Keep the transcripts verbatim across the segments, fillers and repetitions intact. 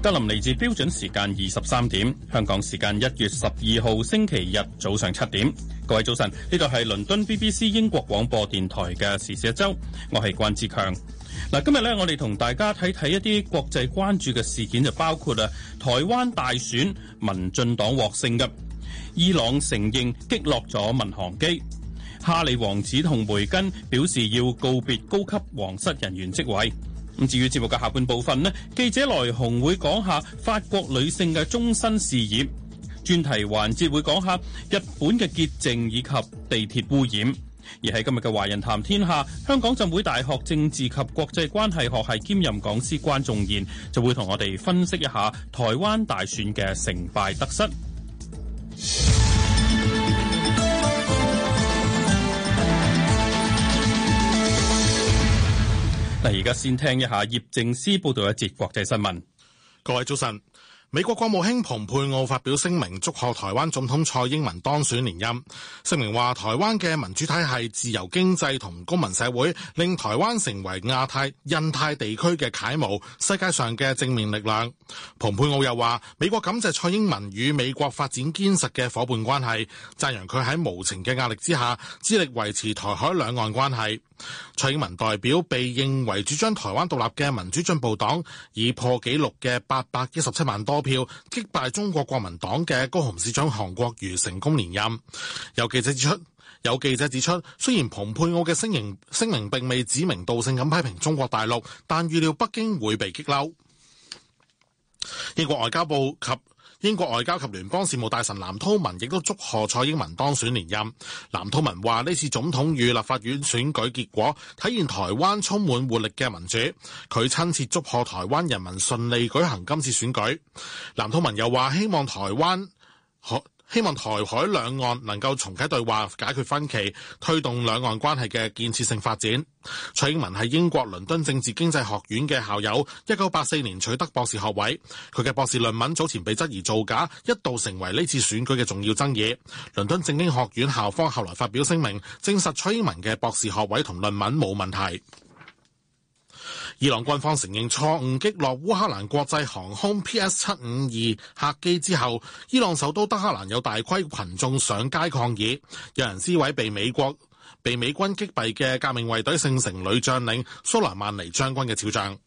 格林尼治標準時間二十三點，香港時間一月十二號星期日早上七點。各位早晨，呢度係倫敦 B B C 英國廣播電台嘅時事一周，我係關志強。嗱，今日咧，我哋同大家睇睇一啲國際關注嘅事件，就包括啊，台灣大選民進黨獲勝嘅，伊朗承認擊落咗民航機，哈利王子同梅根表示要告別高級皇室人員職位。咁至於節目嘅下半部分呢，記者來鴻會講下法國女性嘅終身事業，專題環節會講下日本嘅潔淨以及地鐵污染。而喺今日嘅華人談天下，香港浸會大學政治及國際關係學系兼任講師關仲賢就會同我哋分析一下台灣大選嘅成敗得失。嗱，而家先聽一下葉正思報道一節國際新聞。 各位早晨。美國國務卿蓬佩奧發表聲明，祝賀台灣總統蔡英文當選連任。聲明話，台灣嘅民主體系、自由經濟同公民社會，令台灣成為亞太、印太地區嘅楷模，世界上嘅正面力量。蓬佩奧又話，美國感謝蔡英文與美國發展堅實嘅夥伴關係，讚揚佢喺無情嘅壓力之下，致力維持台海兩岸關係。蔡英文代表被認為主張台灣獨立嘅民主進步黨，以破紀錄嘅八百一十七萬多票擊敗中國國民黨嘅高雄市長韓國瑜成功連任。有記者指出，有記者指出，雖然蓬佩奧嘅聲明聲明並未指名道姓咁批評中國大陸，但預料北京會被激嬲。英國外交部及英國外交及聯邦事務大臣藍韜文亦都祝賀蔡英文當選連任。藍韜文話，呢次總統與立法院選舉結果體現台灣充滿活力嘅民主，佢親切祝賀台灣人民順利舉行今次選舉。藍韜文又話，希望台灣可希望台海兩岸能夠重啟對話，解決分歧，推動兩岸關係嘅建設性發展。蔡英文係英國倫敦政治經濟學院嘅校友，一九八四年取得博士學位。佢嘅博士論文早前被質疑造假，一度成為呢次選舉嘅重要爭議。倫敦政經學院校方後來發表聲明，證實蔡英文嘅博士學位同論文冇問題。伊朗軍方承認錯誤擊落烏克蘭國際航空 P S 七五二客機之後，伊朗首都德黑蘭有大規群眾上街抗議，有人撕毀被美國被美軍擊斃嘅革命衛隊聖城女將領蘇萊曼尼將軍嘅肖像。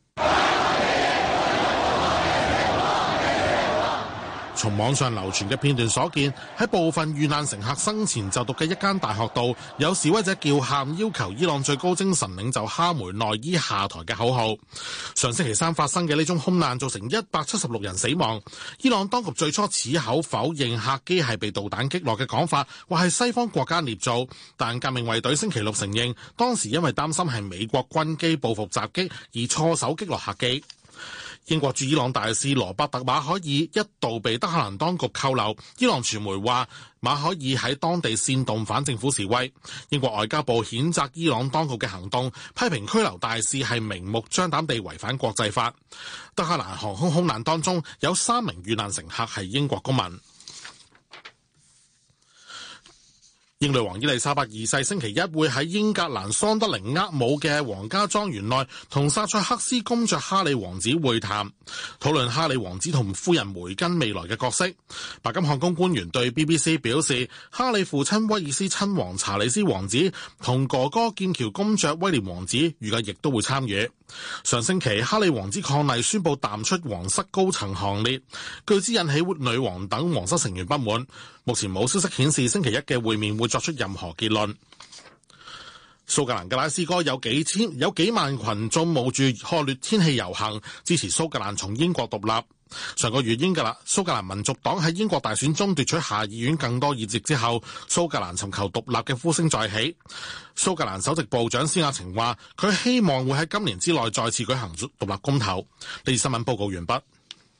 從網上流傳嘅片段所見，喺部分遇難乘客生前就讀嘅一間大學度，有示威者叫喊要求伊朗最高精神領袖哈梅內伊下台嘅口號。上星期三發生嘅呢宗空難造成一百七十六人死亡。伊朗當局最初矢口否認客機係被導彈擊落嘅講法，話係西方國家捏造，但革命衛隊星期六承認，當時因為擔心係美國軍機報復襲擊而錯手擊落客機。英國駐伊朗大使羅伯特馬可爾一度被德黑蘭當局扣留，伊朗傳媒話馬可爾喺當地煽動反政府示威。英國外交部譴責伊朗當局嘅行動，批評拘留大使係明目張膽地違反國際法。德黑蘭航空空難當中有三名遇難乘客係英國公民。英女王伊麗莎白二世星期一會喺英格蘭桑德靈厄姆嘅皇家莊園內同薩塞克斯公爵哈利王子會談，討論哈利王子同夫人梅根未來嘅角色。白金漢宮官員對 B B C 表示，哈利父親威爾斯親王查理斯王子同哥哥劍橋公爵威廉王子預計亦都會參與。上星期哈利王子伉儷宣布淡出皇室高層行列，據知引起女王等皇室成員不滿。目前冇消息顯示星期一嘅會面會作出任何結論。蘇格蘭格拉斯哥有幾千有幾萬群眾冒住惡劣天氣遊行，支持蘇格蘭從英國獨立。上個月英格蘭蘇格蘭民族黨喺英國大選中奪取下議院更多議席之後，蘇格蘭尋求獨立嘅呼聲再起。蘇格蘭首席部長施雅晴話，佢希望會喺今年之內再次舉行獨立公投。呢次新聞報告完畢。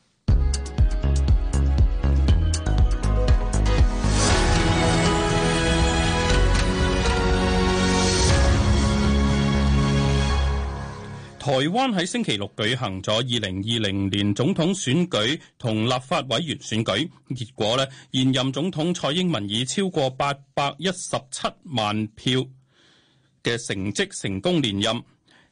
台灣喺星期六舉行咗二零二零年總統選舉同立法委員選舉，結果呢，現任總統蔡英文以超過八百一十七萬票嘅成績成功連任。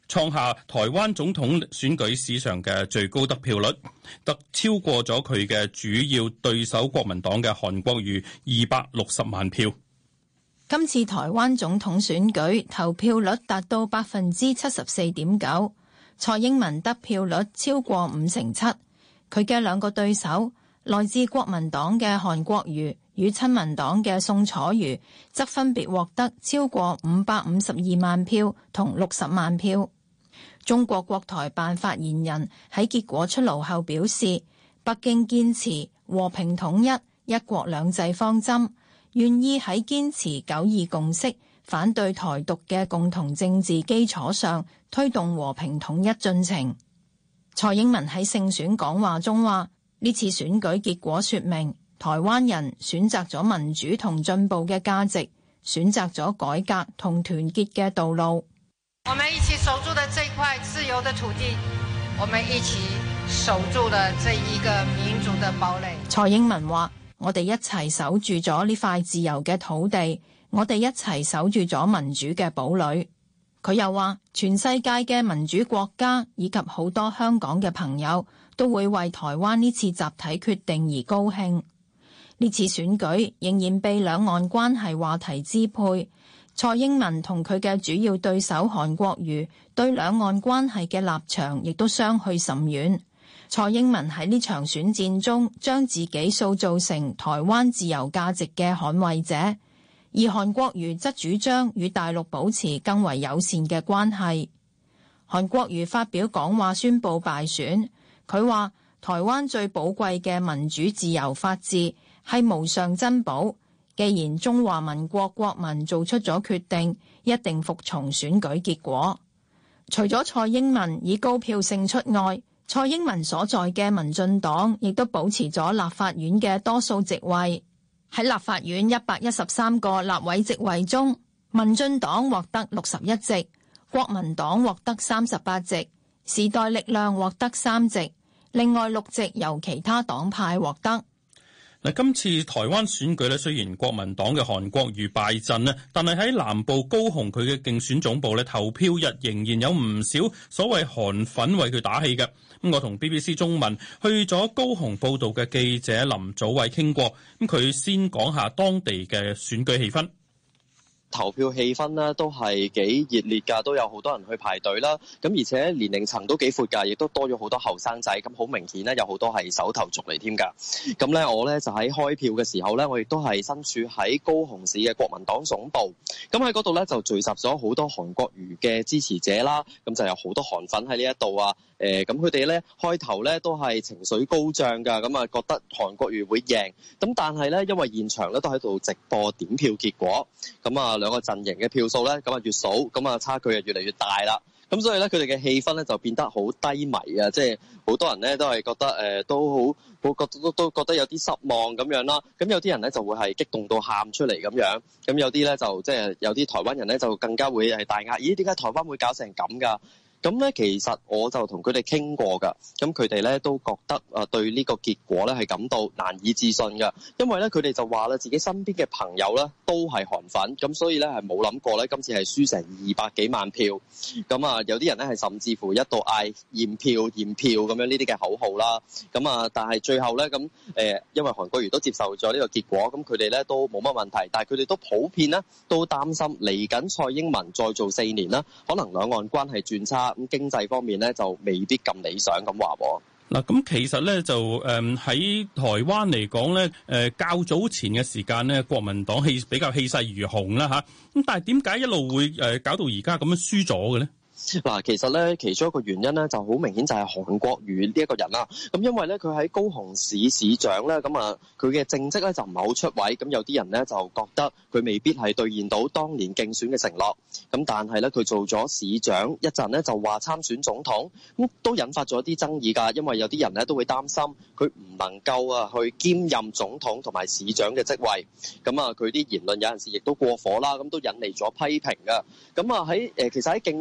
創下台灣總統選舉史上嘅最高得票率，得超過咗佢嘅主要對手國民黨嘅韓國瑜二百六十萬票。 今次台灣總統選舉投票率達到百分之七十四點九，蔡英文得票率超過五成七。佢嘅兩個對手，來自國民黨嘅韓國瑜與親民黨嘅宋楚瑜，則分別獲得超過五百五十二萬票同六十萬票。中國國台辦發言人喺結果出爐後表示，北京堅持和平統一、一國兩制方針，願意喺堅持九二共識、反對台獨嘅共同政治基礎上推動和平統一進程。蔡英文喺勝選講話中話，呢次選舉結果說明台灣人選擇咗民主同進步嘅價值，選擇咗改革同團結嘅道路。 我們一起守住的這塊自由的土地，我們一起守住了這一個民主的堡壘。 蔡英文話，我哋一齊守住咗呢塊自由嘅土地，我哋一齊守住咗民主嘅堡壘。佢又話，全世界嘅民主國家以及好多香港嘅朋友都會為台灣呢次集體決定而高興。呢次選舉仍然被兩岸關係話題支配。蔡英文同佢嘅主要對手韓國瑜對兩岸關係嘅立場亦都相去甚遠。蔡英文喺呢場選戰中將自己塑造成台灣自由價值嘅捍衛者，而韓國瑜則主張與大陸保持更為友善嘅關係。韓國瑜發表講話宣布敗選，佢話台灣最寶貴嘅民主自由法治係無上珍寶，既然中華民國國民做出咗決定，一定服從選舉結果。除咗蔡英文以高票勝出外，蔡英文所在嘅民進黨亦都保持咗立法院嘅多數席位。喺立法院一百一十三個立委席位中，民進黨獲得六十一席，國民黨獲得三十八席，時代力量獲得三席，另外六席由其他黨派獲得。 嗱，今次台灣選舉咧，雖然國民黨嘅韓國瑜敗陣咧，但係喺南部高雄佢嘅競選總部咧，投票日仍然有唔少所謂韓粉為佢打氣嘅。咁我同 B B C 中文去咗高雄報道嘅記者林祖偉傾過，咁佢先講下當地嘅選舉氣氛。 投票氣氛呢都係幾熱烈㗎，都有好多人去排隊啦。咁而且年齡層都幾闊㗎，亦都多咗好多後生仔。咁好明顯呢，有好多係首投族嚟添㗎。咁咧，我咧就喺開票嘅時候咧，我亦都係身處喺高雄市嘅國民黨總部。咁喺嗰度咧就聚集咗好多韓國瑜嘅支持者啦。咁就有好多韓粉喺呢一度啊。誒，咁佢哋咧開頭咧都係情緒高漲㗎，咁啊覺得韓國瑜會贏。咁但係咧，因為現場咧都喺度直播點票結果，咁啊兩個陣營嘅票數咧，咁啊越數，咁啊差距就越嚟越大啦。咁所以咧，佢哋嘅氣氛咧就變得好低迷啊！即係好多人咧都係覺得誒、呃、都好，好覺都都覺得有啲失望咁樣啦。咁有啲人咧就會係激動到喊出嚟咁樣。咁有啲咧就即係有啲台灣人咧就更加會係大嗌：咦，點解台灣會搞成咁㗎？咁咧，其實我就同佢哋傾過㗎，咁佢哋咧都覺得啊，對呢個結果咧係感到難以置信㗎，因為咧佢哋就話咧自己身邊嘅朋友咧都係韓粉，咁所以咧係冇諗過咧今次係輸成二百幾萬票，咁啊有啲人咧係甚至乎一度嗌驗票驗票咁樣呢啲嘅口號啦，咁啊但係最後咧咁誒，因為韓國瑜都接受咗呢個結果，咁佢哋咧都冇乜問題，但係佢哋都普遍咧都擔心嚟緊蔡英文再做四年啦，可能兩岸關係轉差。咁經濟方面咧就未必咁理想咁話喎。 嗱，咁其實咧就誒喺台灣嚟講咧，誒較早前嘅時間咧，國民黨氣比較氣勢如虹啦嚇。咁但係點解一路會誒搞到而家咁樣輸咗嘅咧？ 嗱，其實咧，其中一個原因咧，就好明顯就係韓國瑜呢一個人啦。咁因為咧，佢喺高雄市市長咧，咁啊，佢嘅政績咧就唔係好出位。咁有啲人咧就覺得佢未必係兌現到當年競選嘅承諾。咁但係咧，佢做咗市長一陣咧，就話參選總統，咁都引發咗一啲爭議㗎。因為有啲人咧都會擔心佢唔能夠啊去兼任總統同埋市長嘅職位。咁啊，佢啲言論有陣時亦都過火啦，咁都引嚟咗批評㗎。咁啊喺誒，其實喺競選嘅時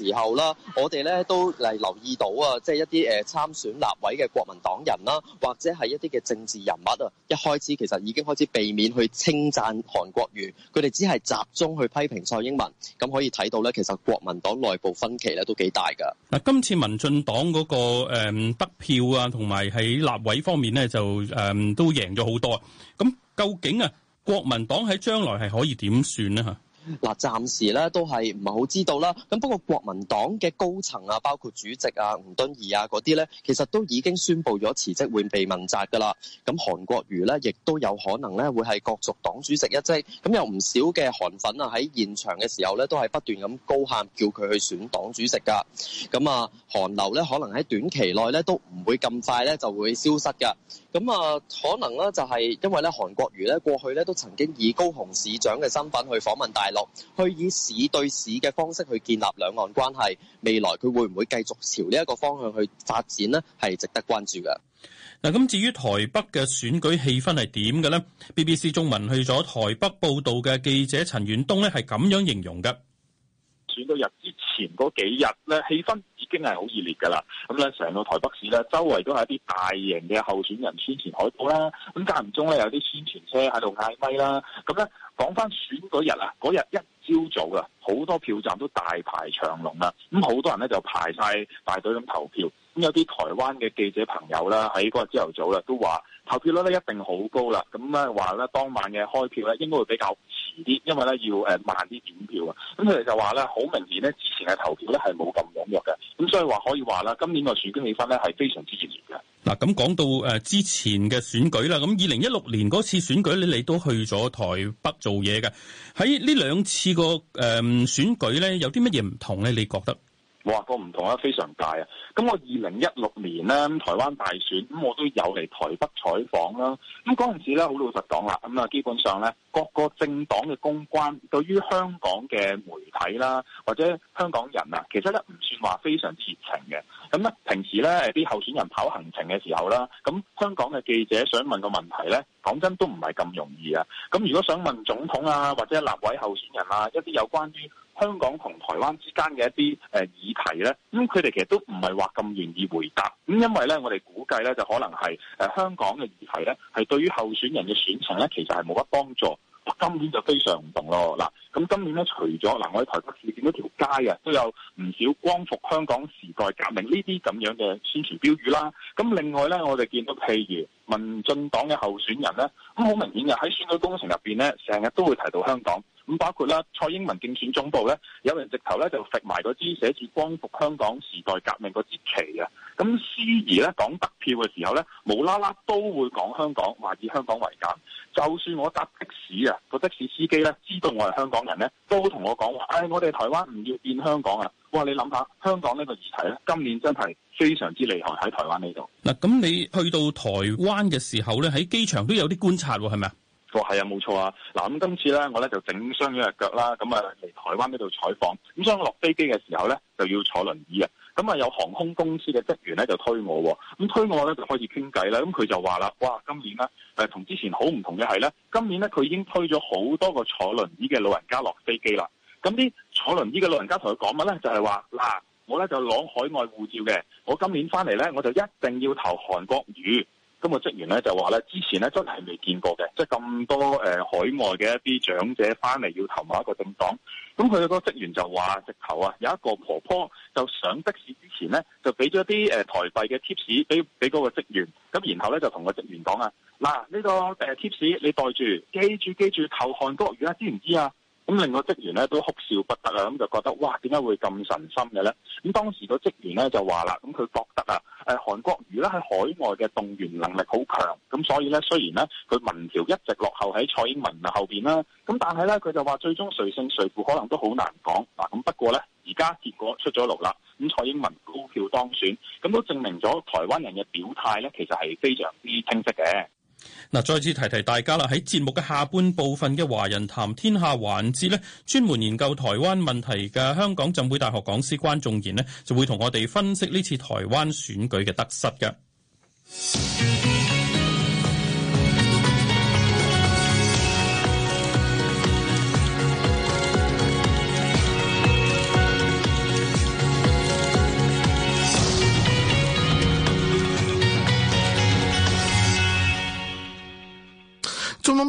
時候啦，我哋咧都嚟留意到啊，即係一啲誒參選立委嘅國民黨人啦，或者係一啲嘅政治人物啊，一開始其實已經開始避免去稱讚韓國瑜，佢哋只係集中去批評蔡英文。咁可以睇到咧，其實國民黨內部分歧咧都幾大㗎。 嗱，今次民進黨嗰個誒得票啊，同埋喺立委方面咧就誒都贏咗好多。咁究竟啊，國民黨喺將來係可以點算呢？嚇？ 嗱，暫時咧都係唔係好知道啦。咁不過國民黨嘅高層啊，包括主席啊、吳敦義啊嗰啲咧，其實都已經宣布咗辭職會被問責㗎啦。咁韓國瑜咧，亦都有可能咧會係角逐黨主席一職。咁有唔少嘅韓粉啊喺現場嘅時候咧，都係不斷咁高喊叫佢去選黨主席㗎。咁啊，韓流咧可能喺短期內咧都唔會咁快咧就會消失㗎。咁啊，可能咧就係因為咧韓國瑜咧過去咧都曾經以高雄市長嘅身份去訪問大陸，去以市對市嘅方式去建立兩岸關係。未來佢會唔會繼續朝呢一個方向去發展呢？係值得關注嘅。 嗱，咁至於台北嘅選舉氣氛係點嘅呢？ B B C 中文去咗台北報道嘅記者陳遠東咧係咁樣形容嘅。 選舉日之前嗰幾日咧，氣氛已經係好熱烈㗎啦。咁咧，成個台北市咧，周圍都係一啲大型嘅候選人宣傳海報啦。咁間唔中咧，有啲宣傳車喺度嗌咪啦。咁咧，講翻選舉日啊，嗰日一朝早啊，好多票站都大排長龍啦。咁好多人咧就排晒大隊咁投票。咁有啲台灣嘅記者朋友啦，喺嗰日朝頭早啦，都話投票率咧一定好高啦。咁咧話咧，當晚嘅開票咧應該會比較遲啲，因為咧要誒慢啲點票啊。咁佢哋就話咧，好明顯咧，之前嘅投票咧係冇咁踴躍嘅。咁所以話可以話啦，今年個選舉氣氛咧係非常之熱烈嘅。 嗱，咁講到誒之前嘅選舉啦，咁二零一六年嗰次選舉咧，你都去咗台北做嘢嘅。喺呢兩次個誒選舉咧，有啲乜嘢唔同咧？你覺得？ 哇，個唔同咧非常大啊！咁我二零一六年咧，台灣大選，咁我都有嚟台北採訪啦。咁嗰陣時咧，好老實講啦，咁啊基本上咧，各個政黨嘅公關對於香港嘅媒體啦，或者香港人啊，其實咧唔算話非常之熱情嘅。咁咧平時咧啲候選人跑行程嘅時候啦，咁香港嘅記者想問個問題咧，講真都唔係咁容易啊。咁如果想問總統啊，或者立委候選人啊，一啲有關於香港同台灣之間嘅一啲誒議題咧，咁佢哋其實都唔係話咁願意回答。咁因為咧，我哋估計咧就可能係誒香港嘅議題咧，係對於候選人嘅選情咧，其實係冇乜幫助。今年就非常唔同咯。嗱，咁今年咧，除咗嗱，我喺台北市見到條街啊，都有唔少光復香港時代革命呢啲咁樣嘅宣傳標語啦。咁另外咧，我哋見到譬如民進黨嘅候選人咧，咁好明顯嘅喺選舉工程入邊咧，成日都會提到香港。咁包括啦，蔡英文競選總部咧，有人直頭咧就揈埋嗰支寫住光復香港時代革命嗰支旗啊。咁司儀咧講得票嘅時候咧，無啦啦都會講香港，話以香港為鑑。就算我搭的士啊，個的士司機咧知道我係香港人咧，都同我講話，唉、哎，我哋台灣唔要變香港啊！哇，你諗下，香港呢個議題咧，今年真係非常之厲害喺台灣呢度。 嗱，咁你去到台灣嘅時候咧，喺機場都有啲觀察喎，係咪啊？ 哦，係啊，冇錯啊！嗱，咁今次咧，我咧就整傷咗隻腳啦，咁啊嚟台灣呢度採訪，咁所以我落飛機嘅時候咧，就要坐輪椅啊。咁啊有航空公司嘅職員咧就推我，咁推我咧就開始傾偈啦。咁佢就話啦，哇，今年咧誒同之前好唔同嘅係咧，今年咧佢已經推咗好多個坐輪椅嘅老人家落飛機啦。咁啲坐輪椅嘅老人家同佢講乜咧？就係話嗱，我咧就攞海外護照嘅，我今年翻嚟咧我就一定要投韓國瑜。咁個職員咧就話咧，之前咧真係未見過嘅，即係咁多誒、呃、海外嘅一啲長者翻嚟要投某一個政黨。咁佢個職員就話直頭啊，有一個婆婆就上的士之前咧，就俾咗啲誒台幣嘅 tips 俾俾嗰個職員。咁然後咧就同個職員講啊，嗱呢、呢個誒 tips 你袋住，記住記住投韓國瑜啊，知唔知啊？咁令個職員咧都哭笑不得啊！咁就覺得哇，點解會咁神心嘅咧？咁當時個職員咧就話啦，咁佢覺得啊，誒韓國瑜咧喺海外嘅動員能力好強，咁所以咧雖然咧佢民調一直落後喺蔡英文啊後邊啦，咁但係咧佢就話最終誰勝誰負可能都好難講嗱。咁不過咧而家結果出咗爐啦，咁蔡英文高票當選，咁都證明咗台灣人嘅表態咧其實係非常之清晰嘅。 嗱，再次提提大家啦，喺節目嘅下半部分嘅華人談天下環節咧，專門研究台灣問題嘅香港浸會大學講師關仲然呢，就會同我哋分析呢次台灣選舉嘅得失嘅。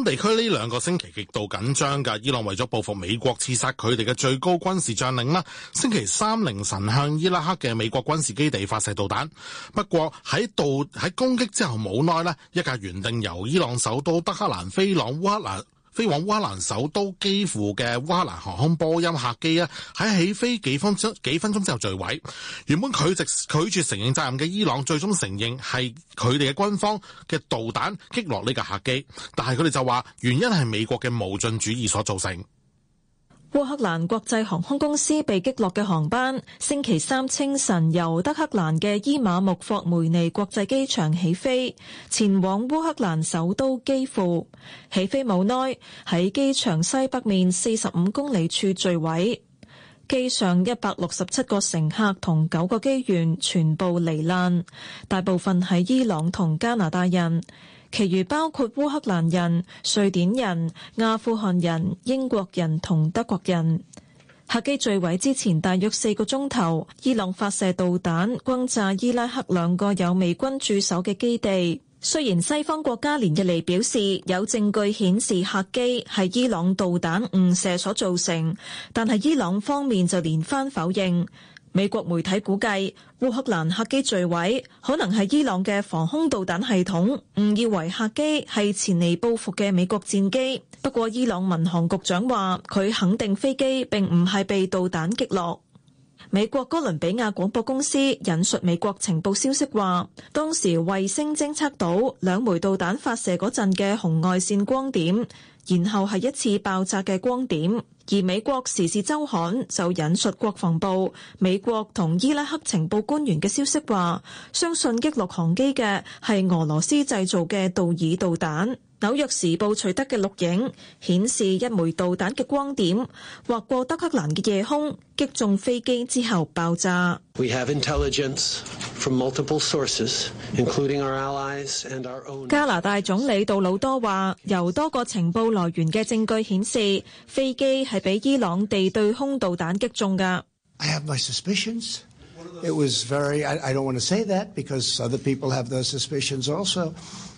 地區呢兩個星期極度緊張㗎，伊朗為咗報復美國刺殺佢哋嘅最高軍事將領啦，星期三凌晨向伊拉克嘅美國軍事基地發射導彈。不過喺導喺攻擊之後冇耐呢，一架原定由伊朗首都德黑蘭飛往烏克蘭飛往烏克蘭首都基輔嘅烏克蘭航空波音客機啊，喺起飛幾分鐘幾分鐘之後墜毀。原本拒絕拒絕承認責任嘅伊朗，最終承認係佢哋嘅軍方嘅導彈擊落呢架客機，但係佢哋就話原因係美國嘅無盡主義所造成。 烏克蘭國際航空公司被擊落嘅航班，星期三清晨由德黑蘭嘅伊馬木霍梅尼國際機場起飛，前往烏克蘭首都基輔。起飛冇耐，喺機場西北面四十五公里處墜毀。機上一百六十七個乘客同九個機員全部罹難，大部分係伊朗同加拿大人。其餘包括烏克蘭人、瑞典人、阿富汗人、英國人同德國人。客機墜毀之前大約四個鐘頭，伊朗發射導彈轟炸伊拉克兩個有美軍駐守嘅基地。雖然西方國家連日嚟表示有證據顯示客機係伊朗導彈誤射所造成，但係伊朗方面就連番否認。美國媒體估計，烏克蘭客機墜毀可能係伊朗嘅防空導彈系統誤以為客機係前嚟報復嘅美國戰機。不過，伊朗民航局長話佢肯定飛機並唔係被導彈擊落。美國哥倫比亞廣播公司引述美國情報消息話，當時衛星偵測到兩枚導彈發射嗰陣嘅紅外線光點，然後係一次爆炸嘅光點。而美國時事週刊就引述國防部、美國同伊拉克情報官員嘅消息話，相信擊落航機嘅係俄羅斯製造嘅道爾導彈。紐約時報取得嘅錄影顯示，一枚導彈嘅光點劃過德黑蘭嘅夜空，擊中飛機之後爆炸。 We have intelligence from multiple sources, including our allies and our own. 加拿大總理杜魯多話，由多個情報來源嘅證據顯示，飛機係俾伊朗地對空導彈擊中㗎。 I have my suspicions. It was very. I, I don't want to say that because other people have those suspicions also.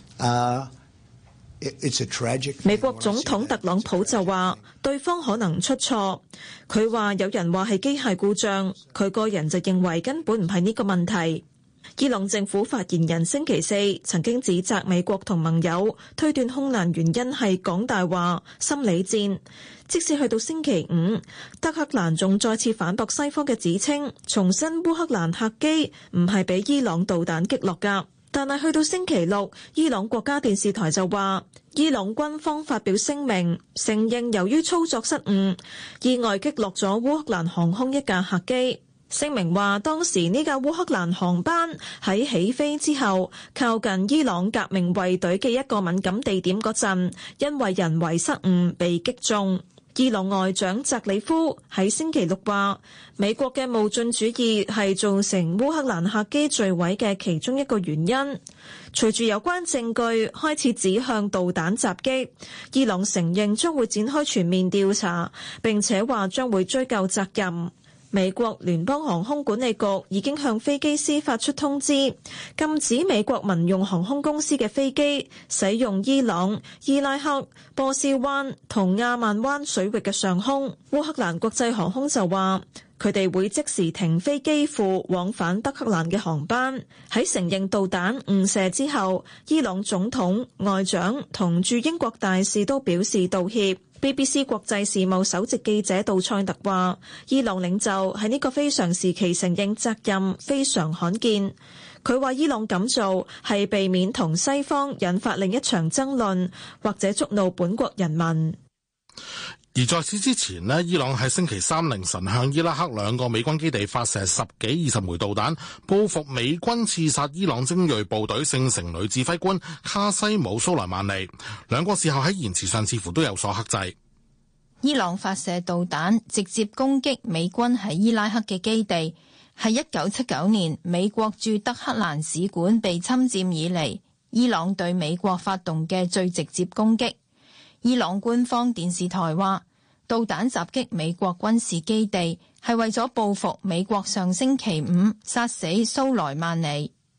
Uh, It's a tragic. 美國總統特朗普就話，對方可能出錯。佢話有人話係機械故障，佢個人就認為根本唔係呢個問題。伊朗政府發言人星期四曾經指責美國同盟友推斷空難原因係講大話、心理戰。即使去到星期五，德黑蘭仲再次反駁西方嘅指稱，重申烏克蘭客機唔係俾伊朗導彈擊落㗎。但係去到星期六，伊朗國家電視台就話，伊朗軍方發表聲明，承認由於操作失誤，意外擊落咗烏克蘭航空一架客機。聲明話，當時呢架烏克蘭航班喺起飛之後，靠近伊朗革命衛隊嘅一個敏感地點嗰陣，因為人為失誤被擊中。伊朗外長澤里夫喺星期六話，美國嘅無盡主義係造成烏克蘭客機墜毀嘅其中一個原因。隨住有關證據開始指向導彈襲擊，伊朗承認將會展開全面調查，並且話將會追究責任。美國聯邦航空管理局已經向飛機師發出通知，禁止美國民用航空公司嘅飛機使用伊朗、伊拉克、波斯灣同亞曼灣水域嘅上空。烏克蘭國際航空就話，佢哋會即時停飛機庫往返德黑蘭嘅航班。喺承認導彈誤射之後，伊朗總統、外長同駐英國大使都表示道歉。B B C 國際事務首席記者杜塞特話，伊朗領袖喺呢個非常時期承認責任非常罕見。佢話伊朗咁做係避免同西方引發另一場爭論，或者觸怒本國人民。 而在此之前呢，伊朗喺星期三凌晨向伊拉克兩個美軍基地發射十幾二十枚導彈，報復美軍刺殺伊朗精銳部隊聖城女指揮官卡西姆蘇萊曼尼。兩國事後喺言辭上似乎都有所克制。 伊朗發射導彈直接攻擊美軍喺伊拉克嘅基地，係一九七九年美國駐德黑蘭使館被侵佔以嚟，伊朗對美國發動嘅最直接攻擊。伊朗官方電視台話，導彈襲擊美國軍事基地係為咗報復美國上星期五殺死蘇萊曼尼。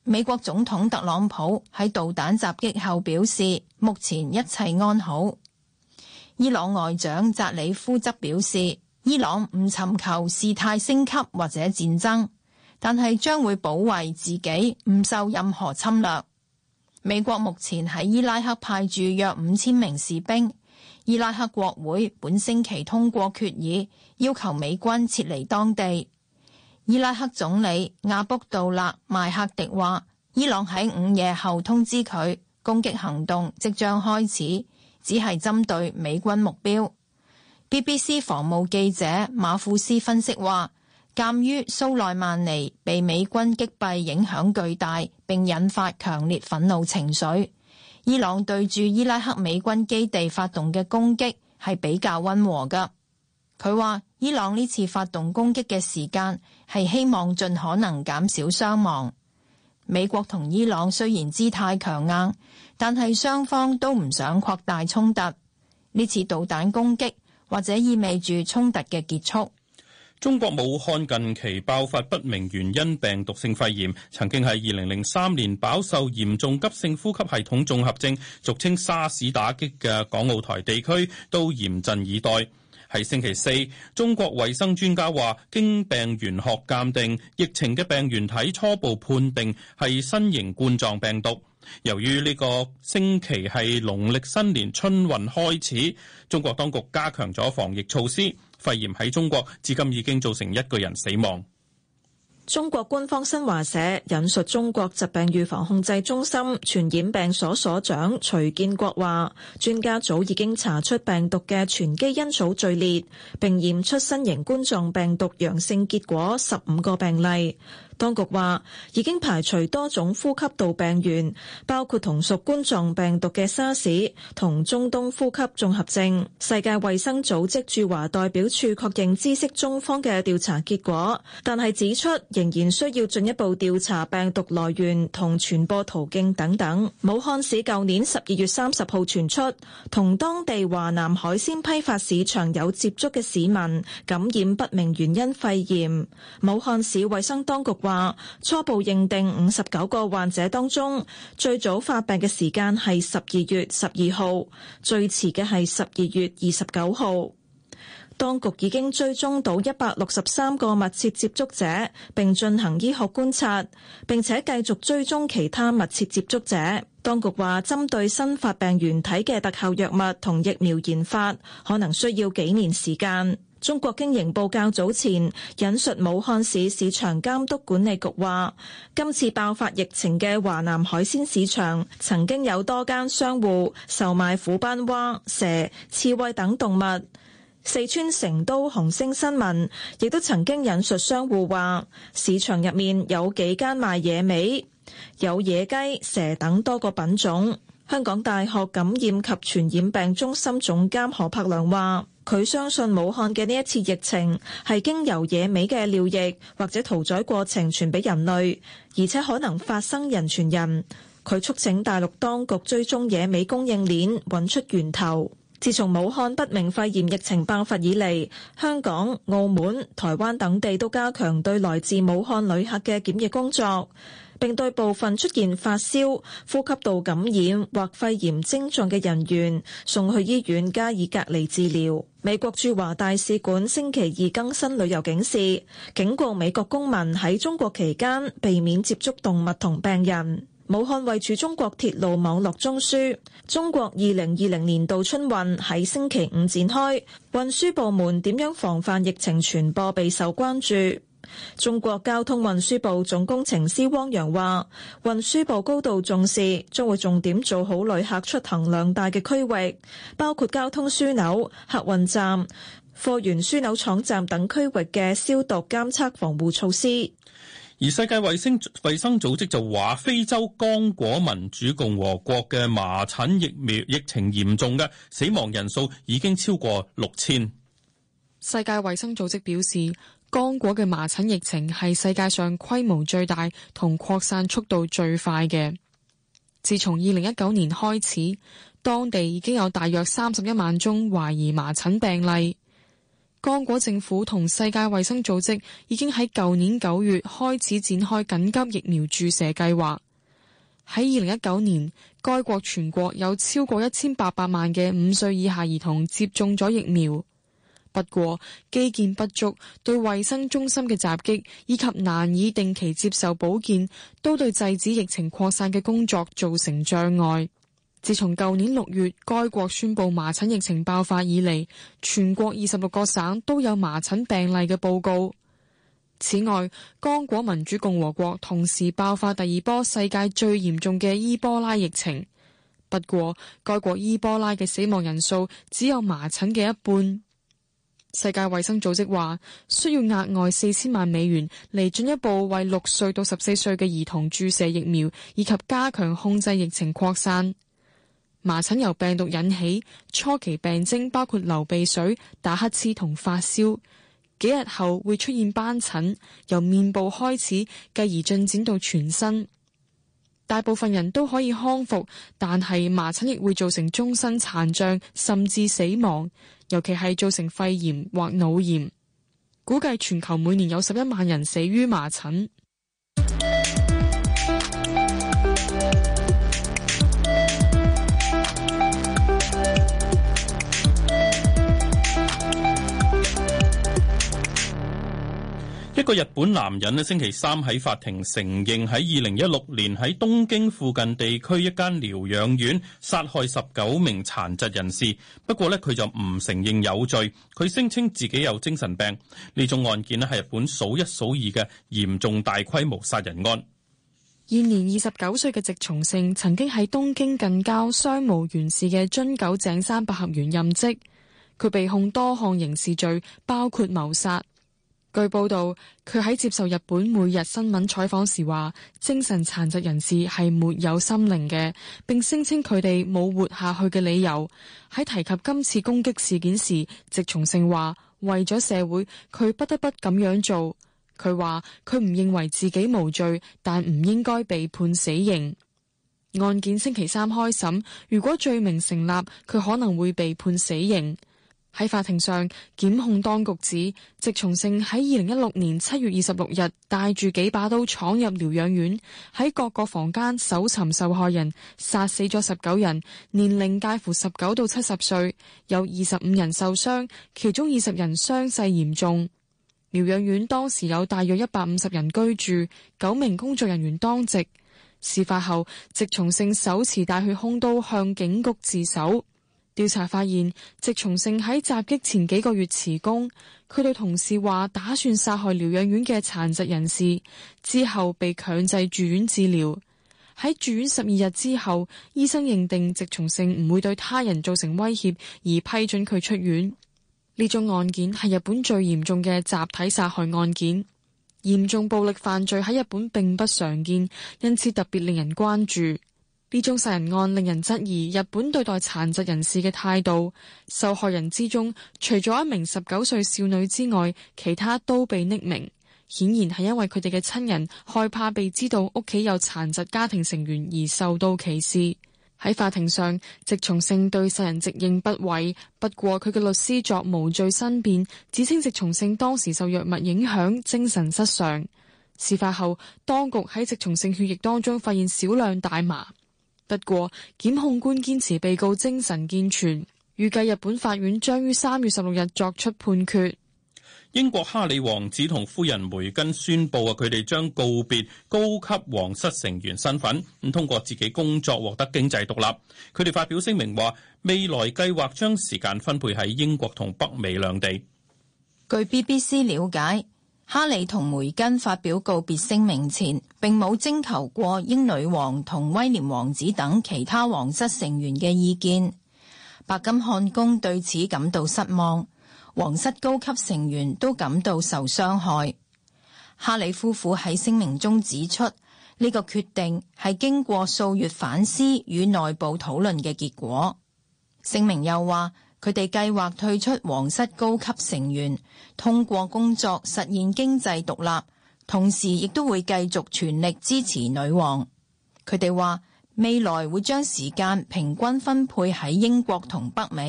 美國總統特朗普喺導彈襲擊後表示，目前一切安好。伊朗外長扎里夫則表示，伊朗唔尋求事態升級或者戰爭，但係將會保衛自己唔受任何侵略。美國目前喺伊拉克派駐約五千名士兵。伊拉克國會本星期通過決議，要求美軍撤離當地。伊拉克總理阿卜杜勒邁克迪話，伊朗喺午夜後通知佢，攻擊行動即將開始，只係針對美軍目標。B B C 防務記者馬庫斯分析話，鑑於蘇萊曼尼被美軍擊斃影響巨大，並引發強烈憤怒情緒，伊朗對住伊拉克美軍基地發動嘅攻擊係比較溫和㗎。佢話伊朗呢次發動攻擊嘅時間係希望盡可能減少傷亡。美國同伊朗雖然姿態強硬，但係雙方都唔想擴大衝突。呢次導彈攻擊或者意味住衝突嘅結束。 中國武漢近期爆發不明原因病毒性肺炎，曾經喺二零零三年飽受嚴重急性呼吸系統綜合症，俗稱沙士打擊嘅港澳台地區都嚴陣以待。喺星期四，中國衛生專家話，經病原學鑑定，疫情嘅病原體初步判定係新型冠狀病毒。由於呢個星期係農曆新年春運開始，中國當局加強咗防疫措施。肺炎喺中國至今已經造成一個人死亡。 中國官方新華社引述中國疾病預防控制中心傳染病所所長徐建國話，專家組已經查出病毒嘅全基因組序列，並驗出新型冠狀病毒陽性結果十五個病例。當局話已經排除多種呼吸道病原，包括同屬冠狀病毒嘅沙士同中東呼吸綜合症。世界衛生組織駐華代表處確認知悉中方嘅調查結果，但係指出仍然需要進一步調查病毒來源同傳播途徑等等。武漢市舊年十二月三十號傳出同當地華南海鮮批發市場有接觸嘅市民感染不明原因肺炎。武漢市衛生當局話初步認定五十九個患者當中，最早發病嘅時間係十二月十二號，最遲嘅係十二月二十九號。當局已經追蹤到一百六十三個密切接觸者，並進行醫學觀察，並且繼續追蹤其他密切接觸者。當局話，針對新發病原體嘅特效藥物同疫苗研發，可能需要幾年時間。中國經營報較早前引述武漢市市場監督管理局話，今次爆發疫情嘅華南海鮮市場曾經有多間商戶售賣虎斑蛙、蛇、刺蝟等動物。四川成都紅星新聞亦都曾經引述商戶話，市場入面有幾間賣野味，有野雞、蛇等多個品種。香港大學感染及傳染病中心總監何柏良話，佢相信武漢嘅呢一次疫情係經由野味嘅尿液或者屠宰過程傳俾人類，而且可能發生人傳人。佢促請大陸當局追蹤野味供應鏈，揾出源頭。自從武漢不明肺炎疫情爆發以嚟，香港、澳門、台灣等地都加強對來自武漢旅客嘅檢疫工作，並對部分出現發燒、呼吸道感染或肺炎症狀嘅人員送去醫院加以隔離治療。美國駐華大使館星期二更新旅遊警示，警告美國公民喺中國期間避免接觸動物同病人。武漢位處中國鐵路網絡中樞，中國二零二零年度春運喺星期五展開，運輸部門點樣防範疫情傳播備受關注。中國交通運輸部總工程師汪洋話，運輸部高度重視，將會重點做好旅客出行量大嘅區域，包括交通樞紐、客運站、貨源樞紐廠站等區域嘅消毒監測防護措施。 而世界衛生衛生組織就話，非洲剛果民主共和國嘅麻疹疫苗疫情嚴重嘅，死亡人數已經超過六千。 世界衛生組織表示，剛果嘅麻疹疫情係世界上規模最大同擴散速度最快嘅。自從二零一九年開始，當地已經有大約三十一萬宗懷疑麻疹病例。 剛果政府同世界衛生組織已經喺舊年九月開始展開緊急疫苗注射計劃。喺二零一九年，該國全國有超過一千八百萬嘅五歲以下兒童接種咗疫苗。不過，基建不足、對衛生中心嘅襲擊以及難以定期接受保健，都對制止疫情擴散嘅工作造成障礙。自從舊年六月該國宣布麻疹疫情爆發以嚟，全國二十六個省都有麻疹病例嘅報告。此外，剛果民主共和國同時爆發第二波世界最嚴重嘅伊波拉疫情。不過，該國伊波拉嘅死亡人數只有麻疹嘅一半。世界衛生組織話，需要額外四千萬美元嚟進一步為六歲到十四歲嘅兒童注射疫苗，以及加強控制疫情擴散。麻疹由病毒引起，初期病徵包括流鼻水、打乞嗤同發燒，幾日後會出現斑疹，由面部開始，繼而進展到全身。大部分人都可以康復，但係麻疹亦會造成終身殘障，甚至死亡，尤其係造成肺炎或腦炎。估計全球每年有十一萬人死於麻疹。 一個日本男人咧，星期三喺法庭承認喺二零一六年喺東京附近地區一間療養院殺害十九名殘疾人士。不過咧，佢就唔承認有罪，佢聲稱自己有精神病。呢種案件咧係日本數一數二嘅嚴重大規模殺人案。 現年二十九歲嘅植松勝曾經喺東京近郊相模原市嘅津久井山百合園任職，佢被控多項刑事罪，包括謀殺。據報道，佢喺接受日本每日新聞採訪時話，精神殘疾人士係沒有心靈嘅，並聲稱佢哋冇活下去嘅理由。喺提及今次攻擊事件時，植松勝話為咗社會，佢不得不咁樣做。佢話佢唔認為自己無罪，但唔應該被判死刑。案件星期三開審，如果罪名成立，佢可能會被判死刑。喺法庭上，檢控當局指植松勝喺二零一六年七月二十六日帶住幾把刀闖入療養院，喺各個房間搜尋受害人，殺死咗十九人，年齡介乎十九到七十歲，有二十五人受傷，其中二十人傷勢嚴重。療養院當時有大約一百五十人居住，九名工作人員當值。事發後，植松勝手持帶血兇刀向警局自首。調查發現，植松勝喺襲擊前幾個月辭工，佢對同事話打算殺害療養院嘅殘疾人士，之後被強制住院治療。喺住院十二日之後，醫生認定植松勝唔會對他人造成威脅，而批准佢出院。呢宗案件係日本最嚴重嘅集體殺害案件，嚴重暴力犯罪喺日本並不常見，因此特別令人關注。呢宗殺人案令人質疑日本對待殘疾人士嘅態度。受害人之中，除咗一名十九歲少女之外，其他都被匿名，顯然係因為佢哋嘅親人害怕被知道屋企有殘疾家庭成員而受到歧視。喺法庭上，植松勝對殺人直認不諱，不過佢嘅律師作無罪申辯，指稱植松勝當時受藥物影響，精神失常。事發後，當局喺植松勝血液當中發現少量大麻。不過，檢控官堅持被告精神健全，預計日本法院將於三月十六日作出判決。 英國哈里王子同夫人梅根宣布啊，佢哋將告別高級皇室成員身份，咁通過自己工作獲得經濟獨立。佢哋發表聲明話，未來計劃將時間分配喺英國同北美兩地。 據 B B C 了解，哈里同梅根發表告別聲明前，並冇徵求過英女王同威廉王子等其他皇室成員嘅意見。白金漢宮對此感到失望，皇室高級成員都感到受傷害。哈里夫婦喺聲明中指出，呢個決定係經過數月反思與內部討論嘅結果。聲明又話，佢哋計劃退出皇室高級成員，通過工作實現經濟獨立，同時亦都會繼續全力支持女王。佢哋話未來會將時間平均分配喺英國同北美，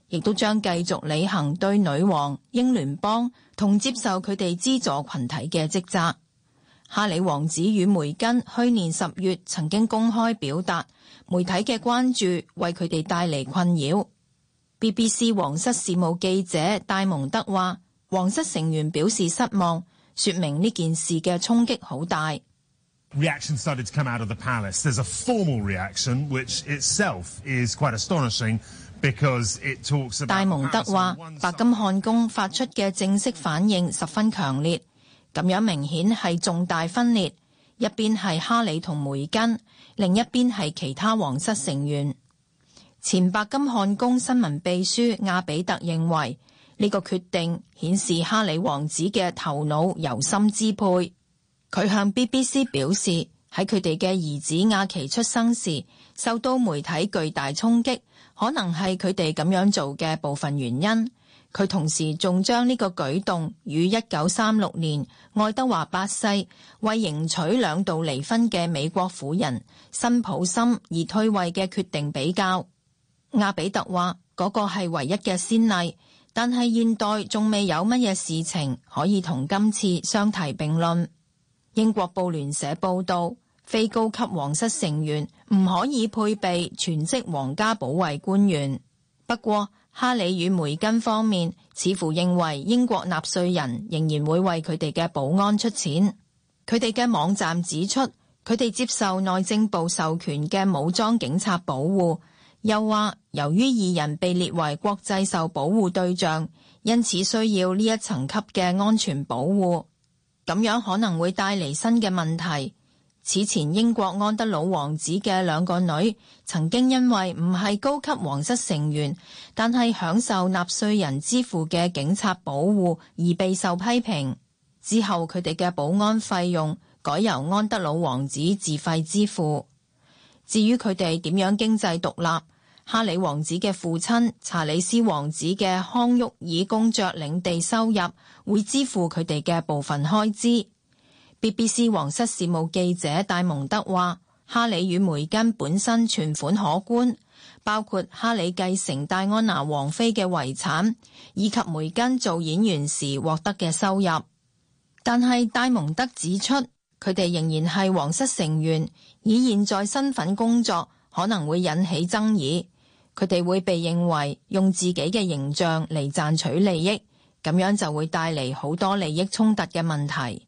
亦都將繼續履行對女王、英聯邦同接受佢哋資助群體嘅職責。哈里王子與梅根去年十月曾經公開表達媒體嘅關注，為佢哋帶嚟困擾。B B C 皇室事務記者戴蒙德話，皇室成員表示失望，說明呢件事嘅衝擊好大。 Reaction started to come out of the palace. There's a formal reaction, which itself is quite astonishing because it talks about. 戴蒙德話，白金漢宮發出嘅正式反應十分強烈，咁樣明顯係重大分裂，一邊係哈里同梅根，另一邊係其他皇室成員。前白金漢宮新聞秘書亞比特認為，呢個決定顯示哈里王子嘅頭腦由心支配。佢向 B B C 表示，喺佢哋嘅兒子亞奇出生時受到媒體巨大衝擊，可能係佢哋咁樣做嘅部分原因。佢同時仲將呢個舉動與一九三六年愛德華八世為迎娶兩度離婚嘅美國婦人辛普森而退位嘅決定比較。亞比特話，嗰個係唯一嘅先例，但係現代仲未有乜嘢事情可以同今次相提並論。英國報聯社報道，非高級皇室成員唔可以配備全職皇家保衛官員。不過，哈里與梅根方面似乎認為英國納稅人仍然會為佢哋嘅保安出錢。佢哋嘅網站指出，佢哋接受內政部授權嘅武裝警察保護，又話由於二人被列為國際受保護對象，因此需要呢一層級嘅安全保護。咁樣可能會帶嚟新嘅問題。此前英國安德魯王子嘅兩個女曾經因為唔係高級皇室成員，但係享受納稅人支付嘅警察保護而備受批評。之後佢哋嘅保安費用改由安德魯王子自費支付。至於佢哋點樣經濟獨立，哈里王子嘅父親查理斯王子嘅康沃爾公爵領地收入會支付佢哋嘅部分開支。B B C 皇室事務記者戴蒙德話，哈里與梅根本身存款可觀，包括哈里繼承戴安娜王妃嘅遺產，以及梅根做演員時獲得嘅收入。但係戴蒙德指出，佢哋仍然係皇室成員，以現在身份工作可能會引起爭議。佢哋會被認為用自己嘅形象嚟賺取利益，咁樣就會帶嚟好多利益衝突嘅問題。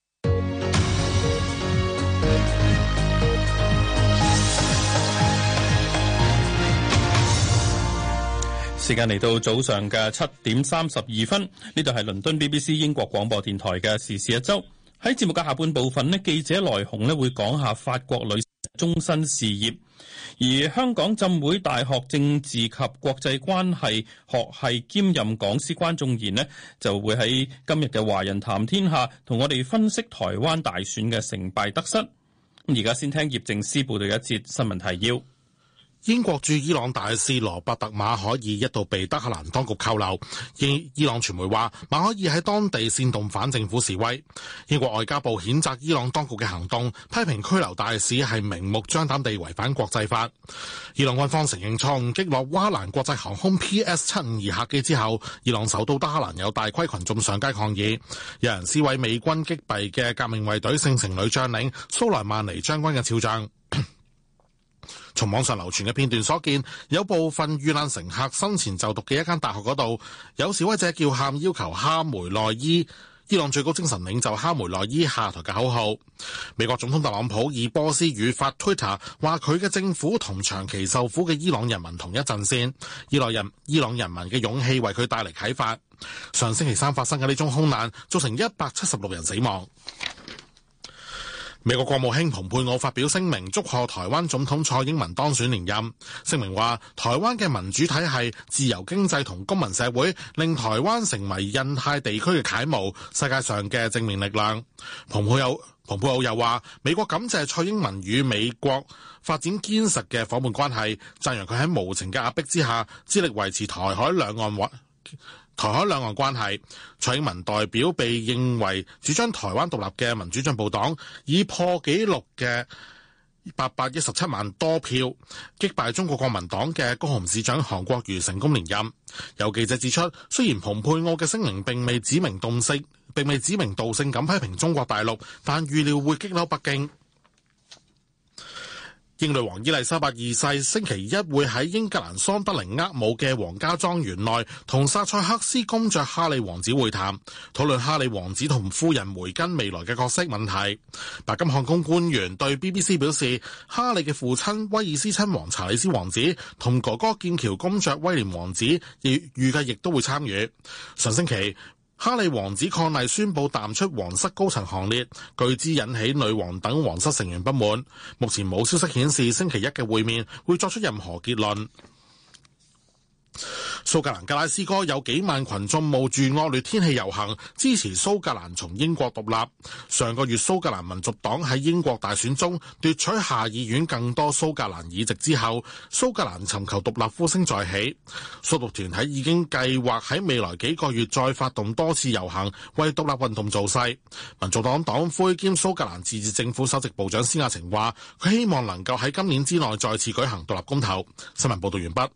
時間嚟到早上嘅七點三十二分，呢度係倫敦 B B C 英國廣播電台嘅時事一周。喺節目嘅下半部分呢，記者來鴻呢會講下法國女終身事業。而香港浸會大學政治及國際關係學系兼任講師關仲賢呢，就會喺今日嘅華人談天下同我哋分析台灣大選嘅成敗得失。咁而家先聽葉正思報道一節新聞提要。 英國駐伊朗大使羅伯特馬可爾一度被德黑蘭當局扣留。伊伊朗傳媒話，馬可爾喺當地煽動反政府示威。英國外交部譴責伊朗當局嘅行動，批評拘留大使係明目張膽地違反國際法。伊朗軍方承認錯誤擊落烏克蘭國際航空 P S 七五二客機之後，伊朗首都德黑蘭有大規群眾上街抗議，有人撕毀美軍擊斃嘅革命衛隊聖城女將領蘇萊曼尼將軍嘅肖像。從網上流傳嘅片段所見，有部分遇難乘客生前就讀嘅一間大學嗰度，有示威者叫喊要求哈梅內伊，伊朗最高精神領袖哈梅內伊下台嘅口號。美國總統特朗普以波斯語發 Twitter 話佢嘅政府同長期受苦嘅伊朗人民同一陣線，伊朗人伊朗人民嘅勇氣為佢帶嚟啟發。上星期三發生嘅呢宗空難造成一百七十六人死亡。美國國務卿蓬佩奧發表聲明，祝賀台灣總統蔡英文當選連任。聲明話，台灣嘅民主體系、自由經濟同公民社會令台灣成為印太地區嘅楷模，世界上嘅正面力量。蓬佩奧蓬佩奧又話，美國感謝蔡英文與美國發展堅實嘅夥伴關係，讚揚佢喺無情嘅壓迫之下，致力維持台海兩岸或台海兩岸關係。蔡英文代表被認為主張台灣獨立嘅民主進步黨，以破紀錄嘅八百一十七萬多票，擊敗中國國民黨嘅高雄市長韓國瑜成功連任。有記者指出，雖然蓬佩奧嘅聲明並未指名道姓，並未指名道姓咁批評中國大陸，但預料會激嬲北京。英女王伊麗莎白二世星期一會喺英格蘭桑德靈厄姆嘅皇家莊園內同薩塞克斯公爵哈利王子會談，討論哈利王子同夫人梅根未來嘅角色問題。白金漢宮官員對 B B C 表示，哈利嘅父親威爾斯親王查理斯王子同哥哥劍橋公爵威廉王子亦預計亦都會參與。上星期，哈利王子伉儷宣布淡出皇室高層行列，據知引起女王等皇室成員不滿。目前冇消息顯示星期一嘅會面會作出任何結論。蘇格蘭格拉斯哥有幾萬群眾冒住惡劣天氣遊行，支持蘇格蘭從英國獨立。上個月蘇格蘭民族黨喺英國大選中奪取下議院更多蘇格蘭議席之後，蘇格蘭尋求獨立呼聲再起。掃毒團體已經計劃喺未來幾個月再發動多次遊行，為獨立運動造勢。民族黨黨魁兼蘇格蘭自治政府首席部長施雅晴話，佢希望能夠喺今年之內再次舉行獨立公投。新聞報道完畢。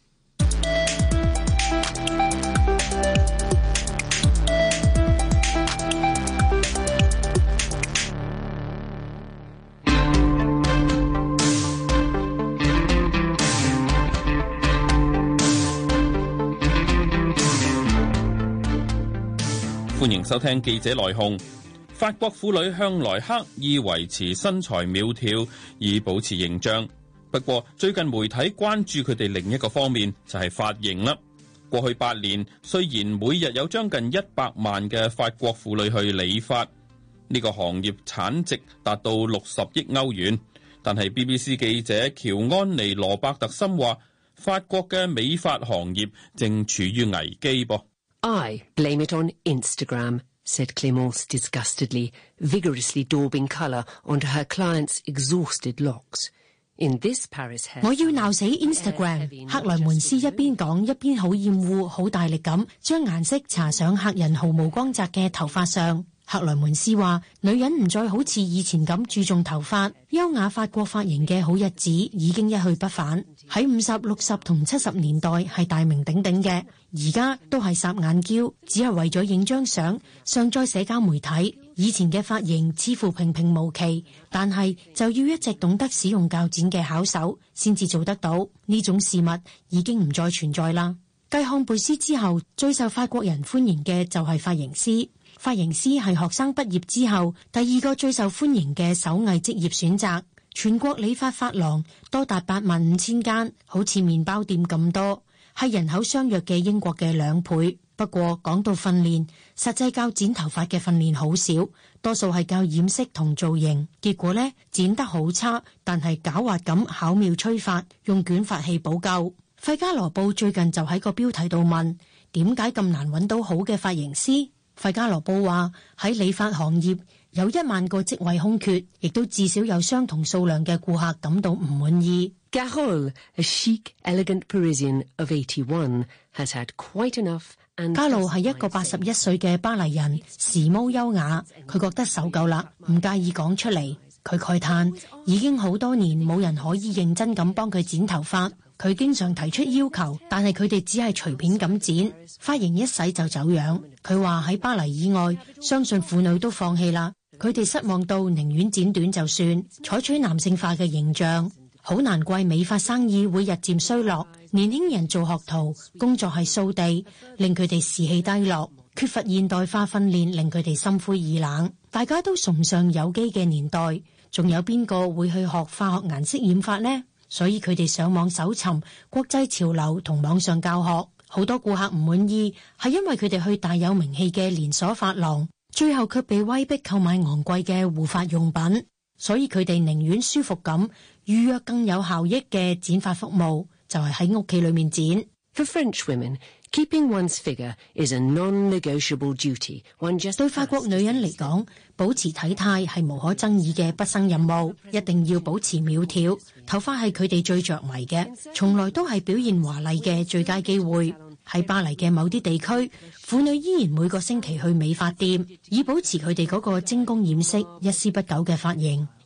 歡迎收聽記者來鴻。法國婦女向來刻意維持身材苗條以保持形象，不過最近媒體關注佢哋另一個方面，就係髮型啦。過去八年，雖然每日有將近一百萬嘅法國婦女去理髮，呢個行業產值達到六十億歐元，但係 B B C 記者喬安妮羅伯特森話，法國嘅美髮行業正處於危機噃。 I blame it on Instagram, said Clémence disgustedly, vigorously daubing colour onto her clients' exhausted locks. In this Paris hair, 我要鬧死 Instagram。克萊門斯一邊講一邊好厭惡，好大力咁將顏色搽上客人毫無光澤嘅頭髮上。克萊門斯話：女人唔再好似以前咁注重頭髮，優雅法國髮型嘅好日子已經一去不返。喺五十、六十同七十年代係大名鼎鼎嘅，而家都係霎眼嬌，只係為咗影張相上載社交媒體。以前嘅髮型似乎平平無奇，但係就要一直懂得使用鉸剪嘅巧手先至做得到。呢種事物已經唔再存在啦。繼漢貝斯之後，最受法國人歡迎嘅就係髮型師。髮型師係學生畢業之後第二個最受歡迎嘅手藝職業選擇。全國理髮髮廊多達八萬五千間，好似麵包店咁多，係人口相若嘅英國嘅兩倍。不過講到訓練，實際教剪頭髮嘅訓練好少，多數係教染色同造型。結果呢，剪得好差，但係狡猾咁巧妙吹髮，用捲髮器補救。費加羅報最近就喺個標題度問：點解咁難揾到好嘅髮型師？費加羅報話喺理髮行業有一萬個職位空缺，亦都至少有相同數量嘅顧客感到唔滿意。 Carole, a chic, elegant Parisian of eighty-one, has had quite enough. 加路係一個八十一歲嘅巴黎人，時髦優雅，佢覺得受夠啦，唔介意講出嚟。佢慨嘆，已經好多年冇人可以認真咁幫佢剪頭髮。佢經常提出要求，但係佢哋只係隨便咁剪，髮型一洗就走樣。佢話喺巴黎以外，相信婦女都放棄啦，佢哋失望到寧願剪短就算，採取男性化嘅形象。好難怪美髮生意會日漸衰落，年輕人做學徒，工作係掃地，令佢哋士氣低落，缺乏現代化訓練，令佢哋心灰意冷。大家都崇尚有機嘅年代，仲有邊個會去學化學顏色染髮呢？所以佢哋上網搜尋國際潮流同網上教學，好多顧客唔滿意，係因為佢哋去大有名氣嘅連鎖髮廊，最後卻被威逼購買昂貴嘅護髮用品，所以佢哋寧願舒服咁預約更有效益嘅剪髮服務，就係喺屋企裏面剪。 For French women, keeping one's figure is a non-negotiable duty. One just 對法國女人嚟講，保持體態係無可爭議嘅畢生任務，一定要保持苗條。頭髮係佢哋最着迷嘅，從來都係表現華麗嘅最佳機會。喺巴黎嘅某啲地區，婦女依然每個星期去美髮店，以保持佢哋嗰個精工染色、一絲不苟嘅髮型。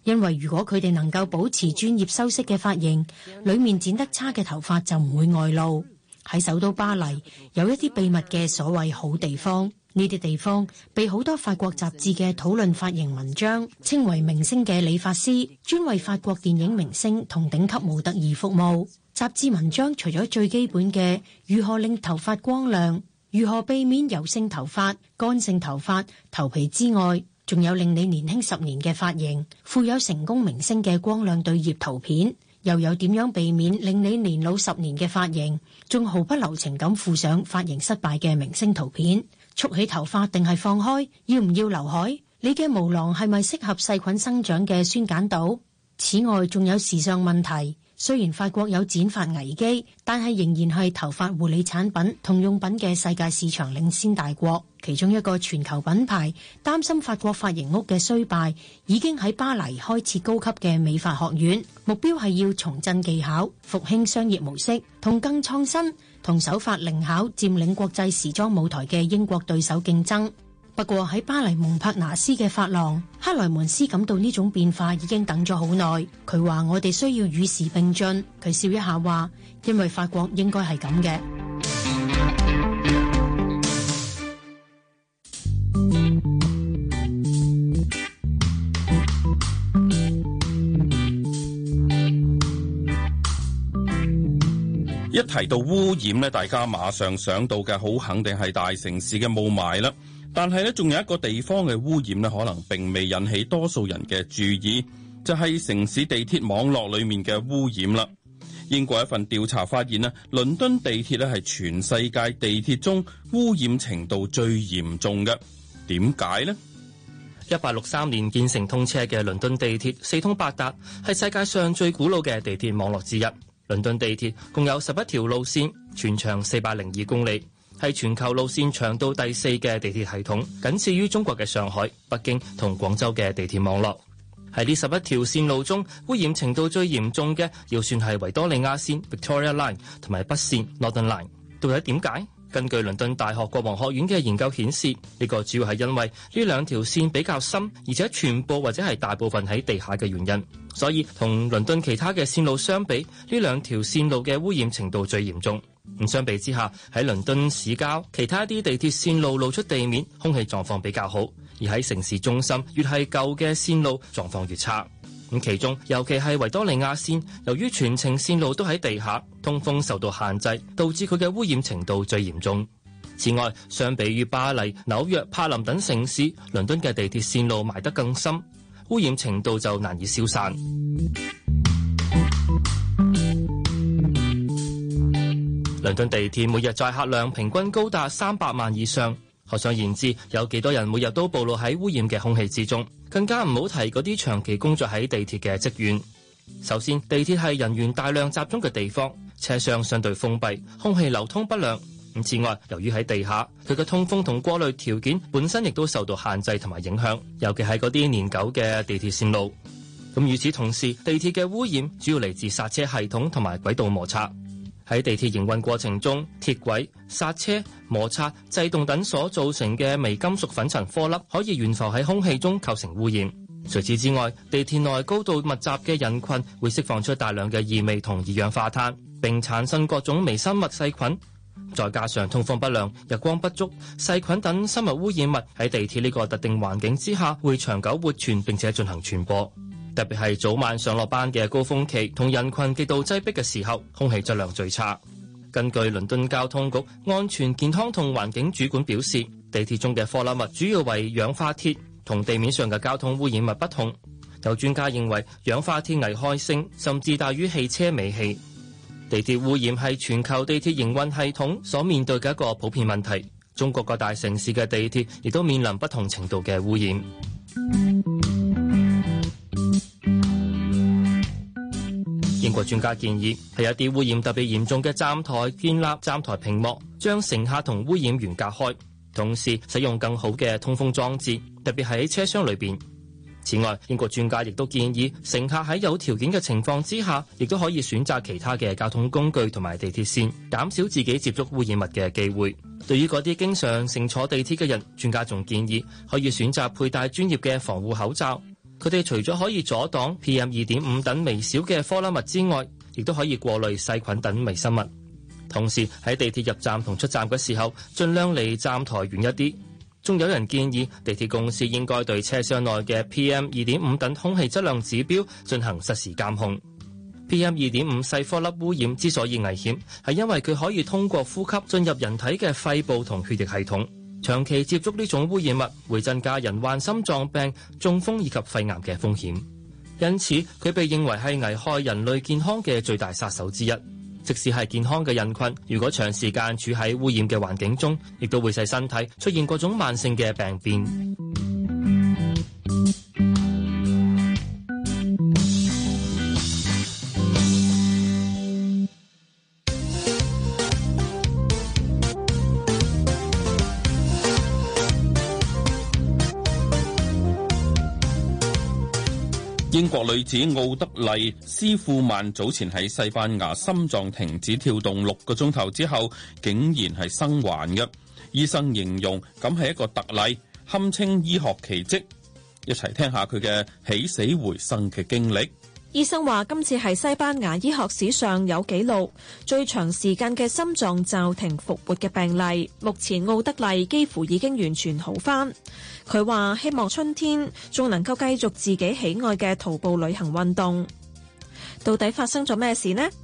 因為如果佢哋能夠保持專業修飾嘅髮型，裡面剪得差嘅頭髮就唔會外露。喺首都巴黎有一啲秘密嘅所謂好地方，呢啲地方被好多法國雜誌嘅討論髮型文章稱為明星嘅理髮師，專為法國電影明星同頂級模特兒服務。雜誌文章除咗最基本嘅如何令頭髮光亮、如何避免油性頭髮、乾性頭髮、頭皮之外，仲有令你年輕十年嘅髮型，附有成功明星嘅光亮對葉圖片，又有點樣避免令你年老十年嘅髮型，仲毫不留情咁附上髮型失敗嘅明星圖片。束起頭髮定係放開，要唔要劉海？你嘅毛囊係咪適合細菌生長嘅酸鹼島？此外，仲有時尚問題。雖然法國有剪髮危機，但係仍然係頭髮護理產品同用品嘅世界市場領先大國。其中一個全球品牌擔心法國髮型屋嘅衰敗，已經喺巴黎開設高級嘅美髮學院，目標係要重振技巧、復興商業模式，同更創新同手法靈巧佔領國際時裝舞台嘅英國對手競爭。不過喺巴黎蒙帕納斯嘅髮廊，克萊門斯感到呢種變化已經等咗好耐。佢話我哋需要與時並進。佢笑一下話，因為法國應該係咁嘅。 一提到污染咧，大家馬上想到嘅好肯定係大城市嘅霧霾啦。但係咧，仲有一個地方嘅污染咧，可能並未引起多數人嘅注意，就係城市地鐵網絡裏面嘅污染啦。英國一份調查發現咧，倫敦地鐵咧係全世界地鐵中污染程度最嚴重嘅。點解呢？ 一八六三年建成通車嘅倫敦地鐵四通八達，係世界上最古老嘅地鐵網絡之一。倫敦地鐵共有十一條路線，全長四百零二公里，係全球路線長度第四嘅地鐵系統，僅次於中國嘅上海、北京同廣州嘅地鐵網絡。喺呢十一條線路中，污染程度最嚴重嘅，要算係維多利亞線 （Victoria Line） 同埋北線 （Northern Line）。到底點解？根據倫敦大學國王學院嘅研究顯示，呢個主要係因為呢兩條線比較深，而且全部或者係大部分喺地下嘅原因。所以同倫敦其他嘅線路相比，呢兩條線路嘅污染程度最嚴重。咁相比之下，喺倫敦市郊，其他啲地鐵線路露出地面，空氣狀況比較好；而喺城市中心，越係舊嘅線路狀況越差。咁其中，尤其係維多利亞線，由於全程線路都喺地下，通風受到限制，導致佢嘅污染程度最嚴重。此外，相比於巴黎、紐約、柏林等城市，倫敦嘅地鐵線路埋得更深，污染程度就難以消散。倫敦地鐵每日載客量平均高達三百萬以上，可想而知有幾多人每日都暴露喺污染嘅空氣之中。更加唔好提嗰啲長期工作喺地鐵嘅職員。首先，地鐵係人員大量集中嘅地方，車廂相對封閉，空氣流通不良。咁此外，由於喺地下，佢嘅通風同過濾條件本身亦都受到限制同埋影響，尤其係嗰啲年久嘅地鐵線路。咁與此同時，地鐵嘅污染主要嚟自剎車系統同埋軌道摩擦。喺地鐵營運過程中，鐵軌、剎車、摩擦、制動等所造成嘅微金屬粉塵顆粒可以懸浮喺空氣中構成污染。除此之外，地鐵內高度密集嘅人群會釋放出大量嘅異味同二氧化碳，並產生各種微生物細菌。再加上通風不良、日光不足、細菌等生物污染物喺地鐵呢個特定環境之下會長久活存並且進行傳播。特別係早晚上落班嘅高峰期同人群極度擠迫嘅時候，空氣質量最差。根據倫敦交通局安全健康同環境主管表示，地鐵中嘅顆粒物主要為氧化鐵，同地面上嘅交通污染物不同。有專家認為氧化鐵危害性甚至大於汽車尾氣。地鐵污染係全球地鐵營運系統所面對嘅一個普遍問題。中國各大城市嘅地鐵亦都面臨不同程度嘅污染。英國專家建議喺一啲污染特別嚴重嘅站台建立站台屏幕，將乘客同污染源隔開，同時使用更好嘅通風裝置，特別係喺車廂裏邊。此外，英國專家亦都建議乘客喺有條件嘅情況之下，亦都可以選擇其他嘅交通工具同埋地鐵線，減少自己接觸污染物嘅機會。對於嗰啲經常乘坐地鐵嘅人，專家仲建議可以選擇佩戴專業嘅防護口罩。 佢哋除咗可以阻擋 P M 二點五 等微小嘅顆粒物之外，亦都可以過濾細菌等微生物。同時喺地鐵入站同出站嘅時候，盡量離站台遠一啲。仲有人建議地鐵公司應該對車廂內嘅 P M 二點五 等空氣質量指標進行實時監控。P M 二點五 細顆粒污染之所以危險，係因為佢可以通過呼吸進入人體嘅肺部同血液系統。長期接觸呢種污染物會增加人患心臟病、中風以及肺癌嘅風險。因此，佢被認為係危害人類健康嘅最大殺手之一。即使係健康嘅人群，如果長時間處喺污染嘅環境中，亦都會使身體出現各種慢性嘅病變。 英國女子奧德麗斯庫曼早前喺西班牙心臟停止跳動六個鐘頭之後，竟然係生還嘅。醫生形容咁係一個特例，堪稱醫學奇蹟。一齊聽下佢嘅起死回生嘅經歷。 醫生話今次係西班牙醫學史上有紀錄最長時間嘅心臟驟停復活嘅病例。目前奧德麗幾乎已經完全好返。佢話希望春天仲能夠繼續自己喜愛嘅徒步旅行運動。到底發生咗咩事呢？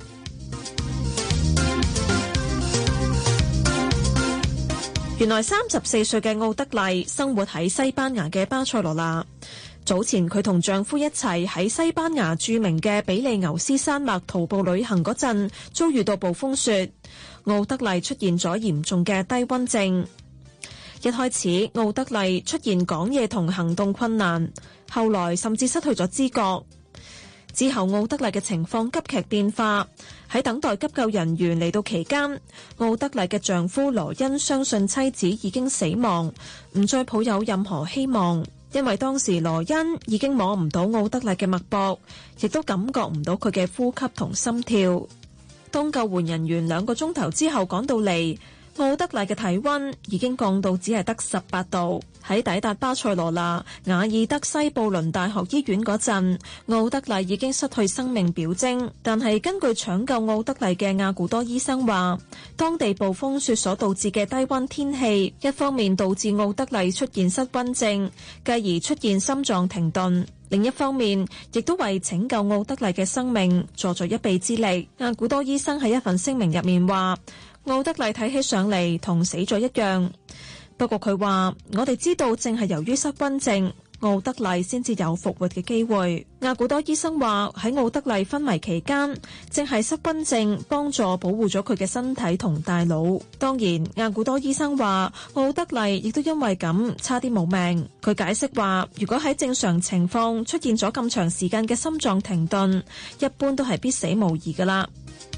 原來三十四歲嘅奧德麗生活喺西班牙嘅巴塞羅那。早前佢同丈夫一齊喺西班牙著名嘅比利牛斯山脈徒步旅行嗰陣，遭遇到暴風雪，奧德麗出現咗嚴重嘅低溫症。一開始奧德麗出現講嘢同行動困難，後來甚至失去咗知覺。之後奧德麗嘅情況急劇變化，喺等待急救人員嚟到期間，奧德麗嘅丈夫羅恩相信妻子已經死亡，唔再抱有任何希望。因為當時羅恩已經摸唔到奧德麗嘅脈搏，亦都感覺唔到佢嘅呼吸同心跳。當救援人員兩個鐘頭之後趕到嚟，奧德麗嘅體溫已經降到只係得十八度。喺抵達巴塞羅那瓦爾德西布倫大學醫院嗰陣，奧德麗已經失去生命表徵。但係根據搶救奧德麗嘅亞古多醫生話，當地暴風雪所導致嘅低溫天氣，一方面導致奧德麗出現失溫症，繼而出現心臟停頓；另一方面，亦都為拯救奧德麗嘅生命助咗一臂之力。亞古多醫生喺一份聲明入面話，奧德麗睇起上嚟同死咗一樣。不過佢話，我哋知道正係由於失溫症，奧德麗先至有復活嘅機會。亞古多醫生話喺奧德麗昏迷期間，正係失溫症幫助保護咗佢嘅身體同大腦。當然，亞古多醫生話奧德麗亦都因為咁差啲冇命。佢解釋話，如果喺正常情況出現咗咁長時間嘅心臟停頓，一般都係必死無疑㗎喇。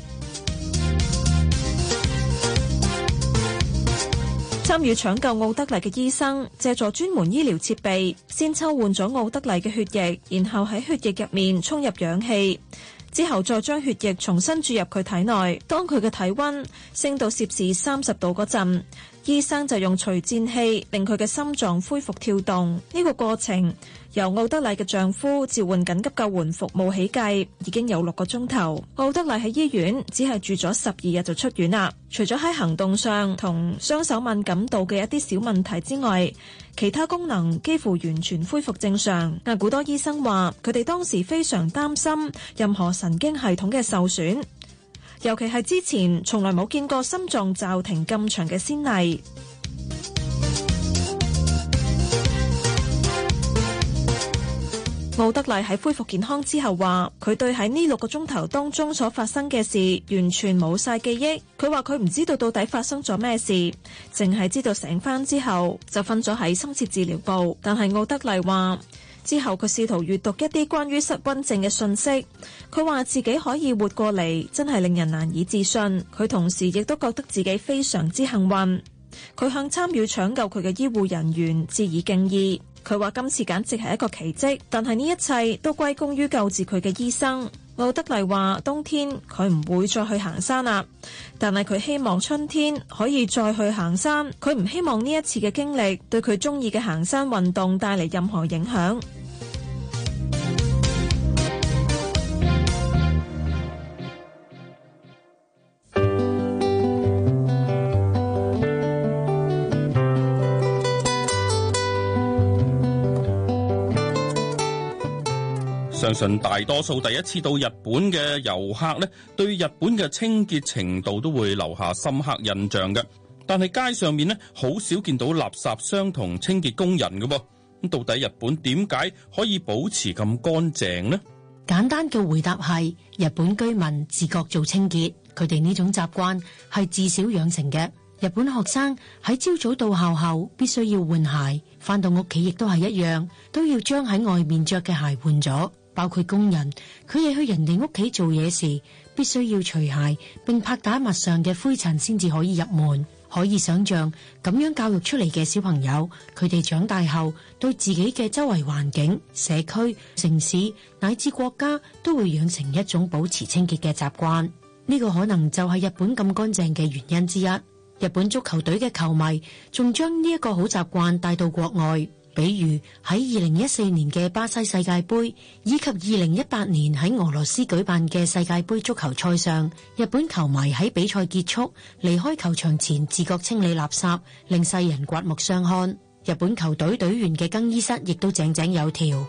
參與搶救奧德麗嘅醫生借助專門醫療設備，先抽換咗奧德麗嘅血液，然後喺血液入面沖入氧氣，之後再將血液重新注入佢體內。當佢嘅體溫升到攝氏三十度嗰陣，醫生就用除顫器令佢嘅心臟恢復跳動。呢個過程由奧德麗嘅丈夫召喚緊急救援服務起計，已經有六個鐘頭。奧德麗喺醫院只係住咗十二日就出院啦。除咗喺行動上同雙手敏感度嘅一啲小問題之外，其他功能幾乎完全恢復正常。亞古多醫生話，佢哋當時非常擔心任何神經系統嘅受損，尤其係之前從來冇見過心臟驟停咁長嘅先例。奧德麗喺恢復健康之後話，佢對喺呢六個鐘頭當中所發生嘅事完全冇晒記憶。佢話佢唔知道到底發生咗咩事，淨係知道醒返之後就瞓咗喺深切治療部。但係奧德麗話，之後佢試圖閱讀一啲關於失溫症嘅信息，佢話自己可以活過嚟，真係令人難以置信。佢同時亦都覺得自己非常之幸運。佢向參與搶救佢嘅醫護人員致以敬意。佢話今次簡直係一個奇蹟，但係呢一切都歸功於救治佢嘅醫生。奧德麗話冬天佢唔會再去行山啦，但係佢希望春天可以再去行山。佢唔希望呢一次嘅經歷對佢中意嘅行山運動帶嚟任何影響。 相信大多數第一次到日本嘅遊客呢，對日本嘅清潔程度都會留下深刻印象嘅。但係街上面呢，好少見到垃圾箱同清潔工人嘅噃。咁到底日本點解可以保持咁乾淨呢？ 簡單嘅回答係日本居民自覺做清潔，佢哋呢種習慣係自小養成嘅。日本學生喺朝早到校後必須要換鞋，返到屋企亦都係一樣，都要將喺外面着嘅鞋換咗。包括工人，佢哋去人哋屋企做嘢時，必須要除鞋並拍打襪上嘅灰塵先至可以入門。可以想象咁樣教育出嚟嘅小朋友，佢哋長大後對自己嘅周圍環境、社區、城市乃至國家都會養成一種保持清潔嘅習慣。呢個可能就係日本咁乾淨嘅原因之一。日本足球隊嘅球迷仲將呢一個好習慣帶到國外。比如喺二零一四年嘅巴西世界盃，以及二零一八年喺俄羅斯舉辦嘅世界盃足球賽上，日本球迷喺比賽結束離開球場前自覺清理垃圾，令世人刮目相看。日本球隊隊員嘅更衣室亦都井井有條。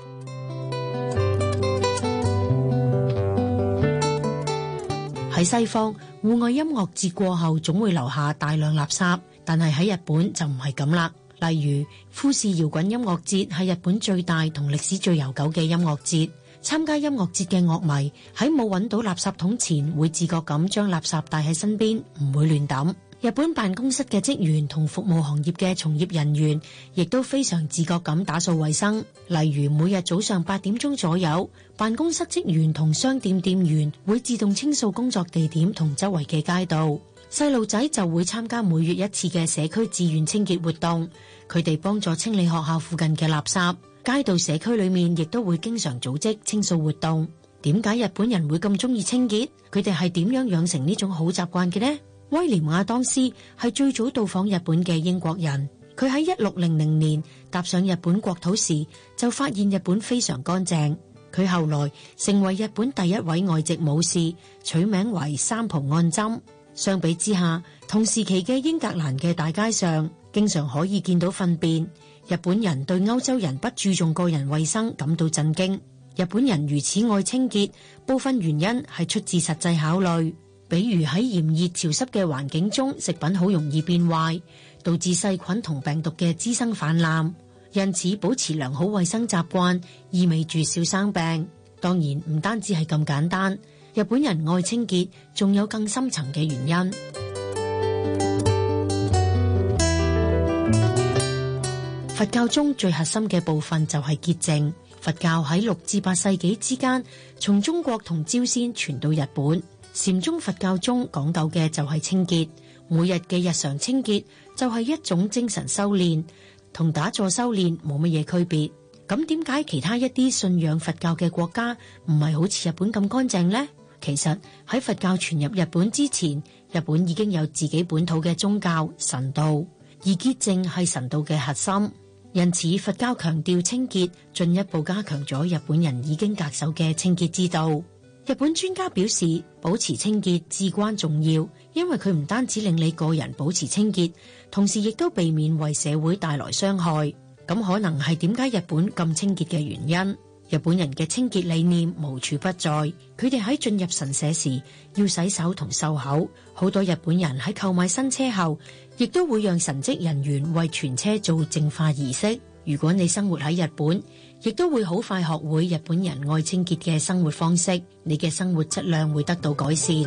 喺西方，戶外音樂節過後總會留下大量垃圾，但係喺日本就唔係咁啦。例如富士搖滾音樂節係日本最大同歷史最悠久嘅音樂節，參加音樂節嘅樂迷喺冇揾到垃圾桶前會自覺咁將垃圾帶喺身邊，唔會亂抌。日本辦公室嘅職員同服務行業嘅從業人員亦都非常自覺咁打掃衛生，例如每日早上八點鐘左右，辦公室職員同商店店員會自動清掃工作地點同周圍嘅街道。細路仔就會參加每月一次嘅社區自願清潔活動，佢哋幫助清理學校附近嘅垃圾。街道社區裏面亦都會經常組織清掃活動。點解日本人會咁中意清潔？佢哋係點樣養成呢種好習慣嘅呢？威廉亞當斯係最早到訪日本嘅英國人，佢喺一六零零年踏上日本國土時就發現日本非常乾淨。佢後來成為日本第一位外籍武士，取名為三浦岸針。相比之下，同時期嘅英格蘭嘅大街上經常可以見到糞便。日本人對歐洲人不注重個人衛生感到震驚。日本人如此愛清潔，部分原因係出自實際考慮，比如喺炎熱潮濕嘅環境中，食品好容易變壞，導致細菌同病毒嘅滋生氾濫。因此，保持良好衛生習慣意味住少生病。當然唔單止係咁簡單。日本人愛清潔，仲有更深層嘅原因。佛教中最核心嘅部分就係潔淨。佛教喺六至八世紀之間，從中國同朝鮮傳到日本。禪宗佛教中講究嘅就係清潔，每日嘅日常清潔就係一種精神修煉，同打坐修煉冇乜嘢區別。咁點解其他一啲信仰佛教嘅國家唔係好似日本咁乾淨呢？其實喺佛教傳入日本之前，日本已經有自己本土嘅宗教神道，而潔淨係神道嘅核心。因此，佛教強調清潔，進一步加強咗日本人已經恪守嘅清潔之道。日本專家表示，保持清潔至關重要，因為佢唔單止令你個人保持清潔，同時亦都避免為社會帶來傷害。咁可能係點解日本咁清潔嘅原因。日本人嘅清潔理念無處不在，佢哋喺進入神社時要洗手同漱口。好多日本人喺購買新車後，亦都會讓神職人員為全車做淨化儀式。如果你生活喺日本，亦都會好快學會日本人愛清潔嘅生活方式，你嘅生活質量會得到改善。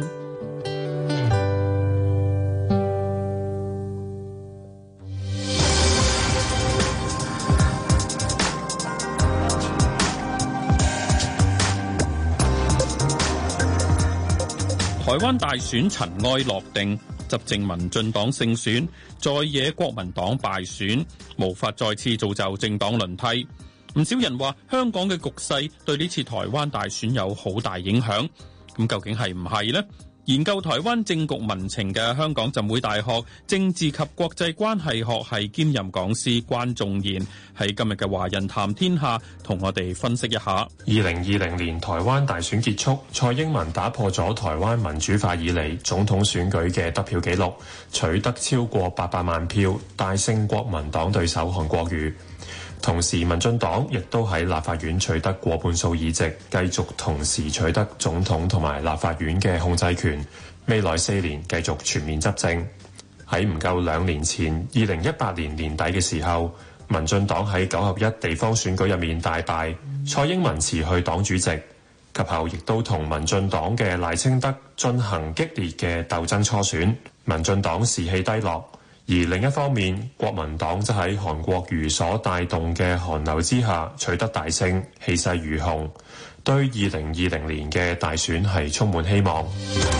台灣大選塵埃落定，執政民進黨勝選，在野國民黨敗選，無法再次造就政黨輪替。唔少人話香港嘅局勢對呢次台灣大選有好大影響。咁究竟係唔係呢？研究台灣政局民情嘅香港浸會大學政治及國際關係學系兼任講師關仲賢喺今日嘅華人談天下同我哋分析一下。 二零二零年台灣大選結束，蔡英文打破咗台灣民主化以嚟總統選舉嘅得票紀錄，取得超過八百萬票，大勝國民黨對手韓國瑜。台同時民進黨亦都喺立法院取得過半數議席，繼續同時取得總統同埋立法院嘅控制權，未來四年繼續全面執政。喺唔夠兩年前，二零一八年年底嘅時候，民進黨喺九合一地方選舉入面大敗，蔡英文辭去黨主席，及後亦都同民進黨嘅賴清德進行激烈嘅鬥爭初選，民進黨士氣低落。而另一方面，國民黨則喺韓國瑜所帶動嘅韓流之下取得大勝，氣勢如虹，對二零二零年嘅大選係充滿希望。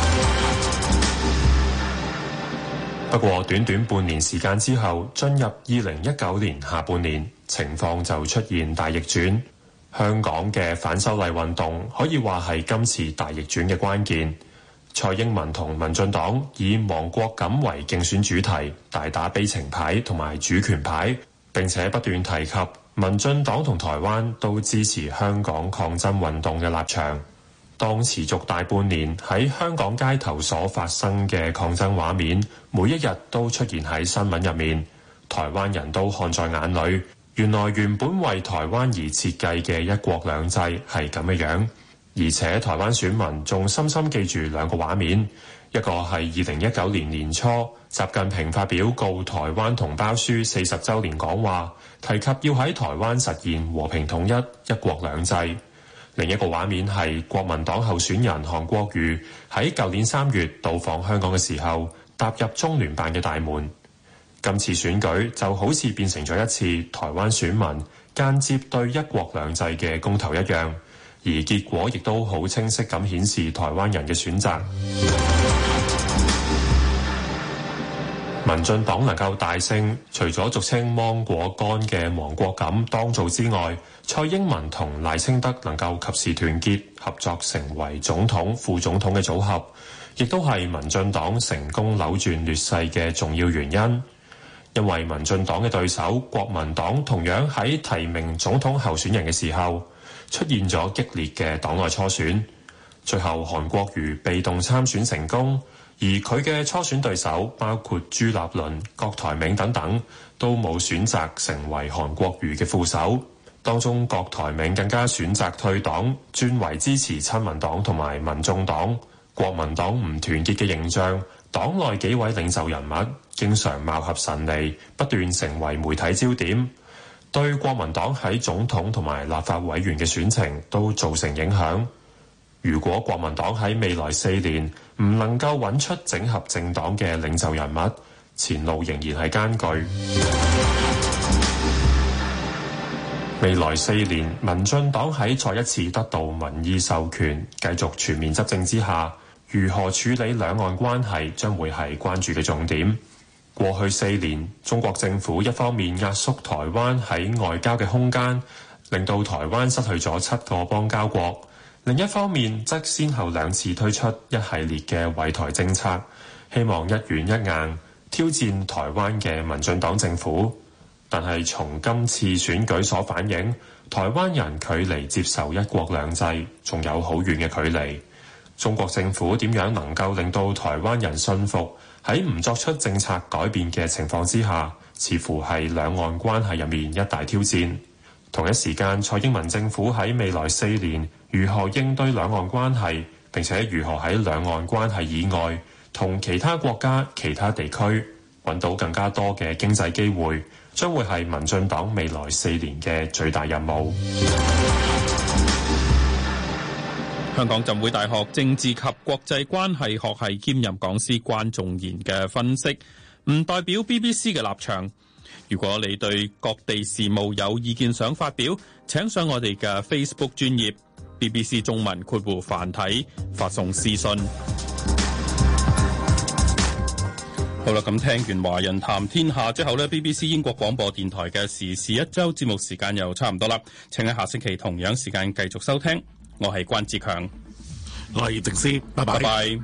不過短短半年時間之後，進入二零一九年下半年，情況就出現大逆轉。香港嘅反修例運動可以話係今次大逆轉嘅關鍵。蔡英文同民進黨以亡國感為競選主題，大打悲情牌同埋主權牌，並且不斷提及民進黨同台灣都支持香港抗爭運動嘅立場。當持續大半年喺香港街頭所發生嘅抗爭畫面，每一日都出現喺新聞入面，台灣人都看在眼裏。原來原本為台灣而設計嘅一國兩制係咁嘅樣。而且台灣選民仲深深記住兩個畫面，一個係二零一九年年初習近平發表告台灣同胞書四十週年講話，提及要喺台灣實現和平統一、一國兩制。另一個畫面係國民黨候選人韓國瑜喺舊年三月到訪香港嘅時候，踏入中聯辦嘅大門。今次選舉就好似變成咗一次台灣選民間接對一國兩制嘅公投一樣。而結果亦都好清晰咁顯示台灣人嘅選擇。民進黨能夠大勝，除咗俗稱芒果乾嘅亡國感當造之外，蔡英文同賴清德能夠及時團結合作成為總統、副總統嘅組合，亦都係民進黨成功扭轉劣勢嘅重要原因。因為民進黨嘅對手國民黨同樣喺提名總統候選人嘅時候出現咗激烈嘅黨內初選，最後韓國瑜被動參選成功，而佢嘅初選對手包括朱立倫、郭台銘等等，都冇選擇成為韓國瑜嘅副手。當中郭台銘更加選擇退黨，轉為支持親民黨同埋民眾黨。國民黨唔團結嘅形象，黨內幾位領袖人物經常貌合神離，不斷成為媒體焦點。對國民黨喺總統同埋立法委員嘅選情都造成影響。如果國民黨喺未來四年唔能夠揾出整合政黨嘅領袖人物，前路仍然係艱巨。未來四年，民進黨喺再一次得到民意授權，繼續全面執政之下，如何處理兩岸關係將會係關注嘅重點。過去四年，中國政府一方面壓縮台灣喺外交嘅空間，令到台灣失去咗七個邦交國；另一方面，則先後兩次推出一系列嘅惠台政策，希望一軟一硬挑戰台灣嘅民進黨政府。但係從今次選舉所反映，台灣人距離接受一國兩制仲有好遠嘅距離。中國政府點樣能夠令到台灣人信服？喺唔作出政策改變嘅情況之下，似乎係兩岸關係入面一大挑戰。同一時間，蔡英文政府喺未來四年如何應對兩岸關係，並且如何喺兩岸關係以外同其他國家、其他地區揾到更加多嘅經濟機會，將會係民進黨未來四年嘅最大任務。 香港浸會大學政治及國際關係學系兼任講師關仲賢嘅分析，唔代表 B B C 嘅立場。如果你對各地事務有意見想發表，請上我哋嘅 Facebook 專頁 B B C 中文括弧繁體發送私信。好啦，咁聽完華人談天下之後呢， B B C 英國廣播電台嘅時事一周節目時間又差唔多啦，請喺下星期同樣時間繼續收聽。我係關志強， 我係葉靜思，拜拜。拜拜。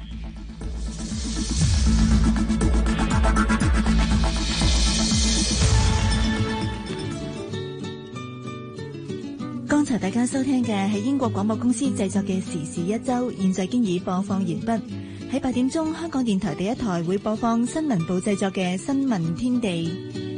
剛才大家收聽嘅係英國廣播公司製作嘅時事一周，現在經已播放完畢。喺八點鐘，香港電台第一台會播放新聞部製作嘅新聞天地。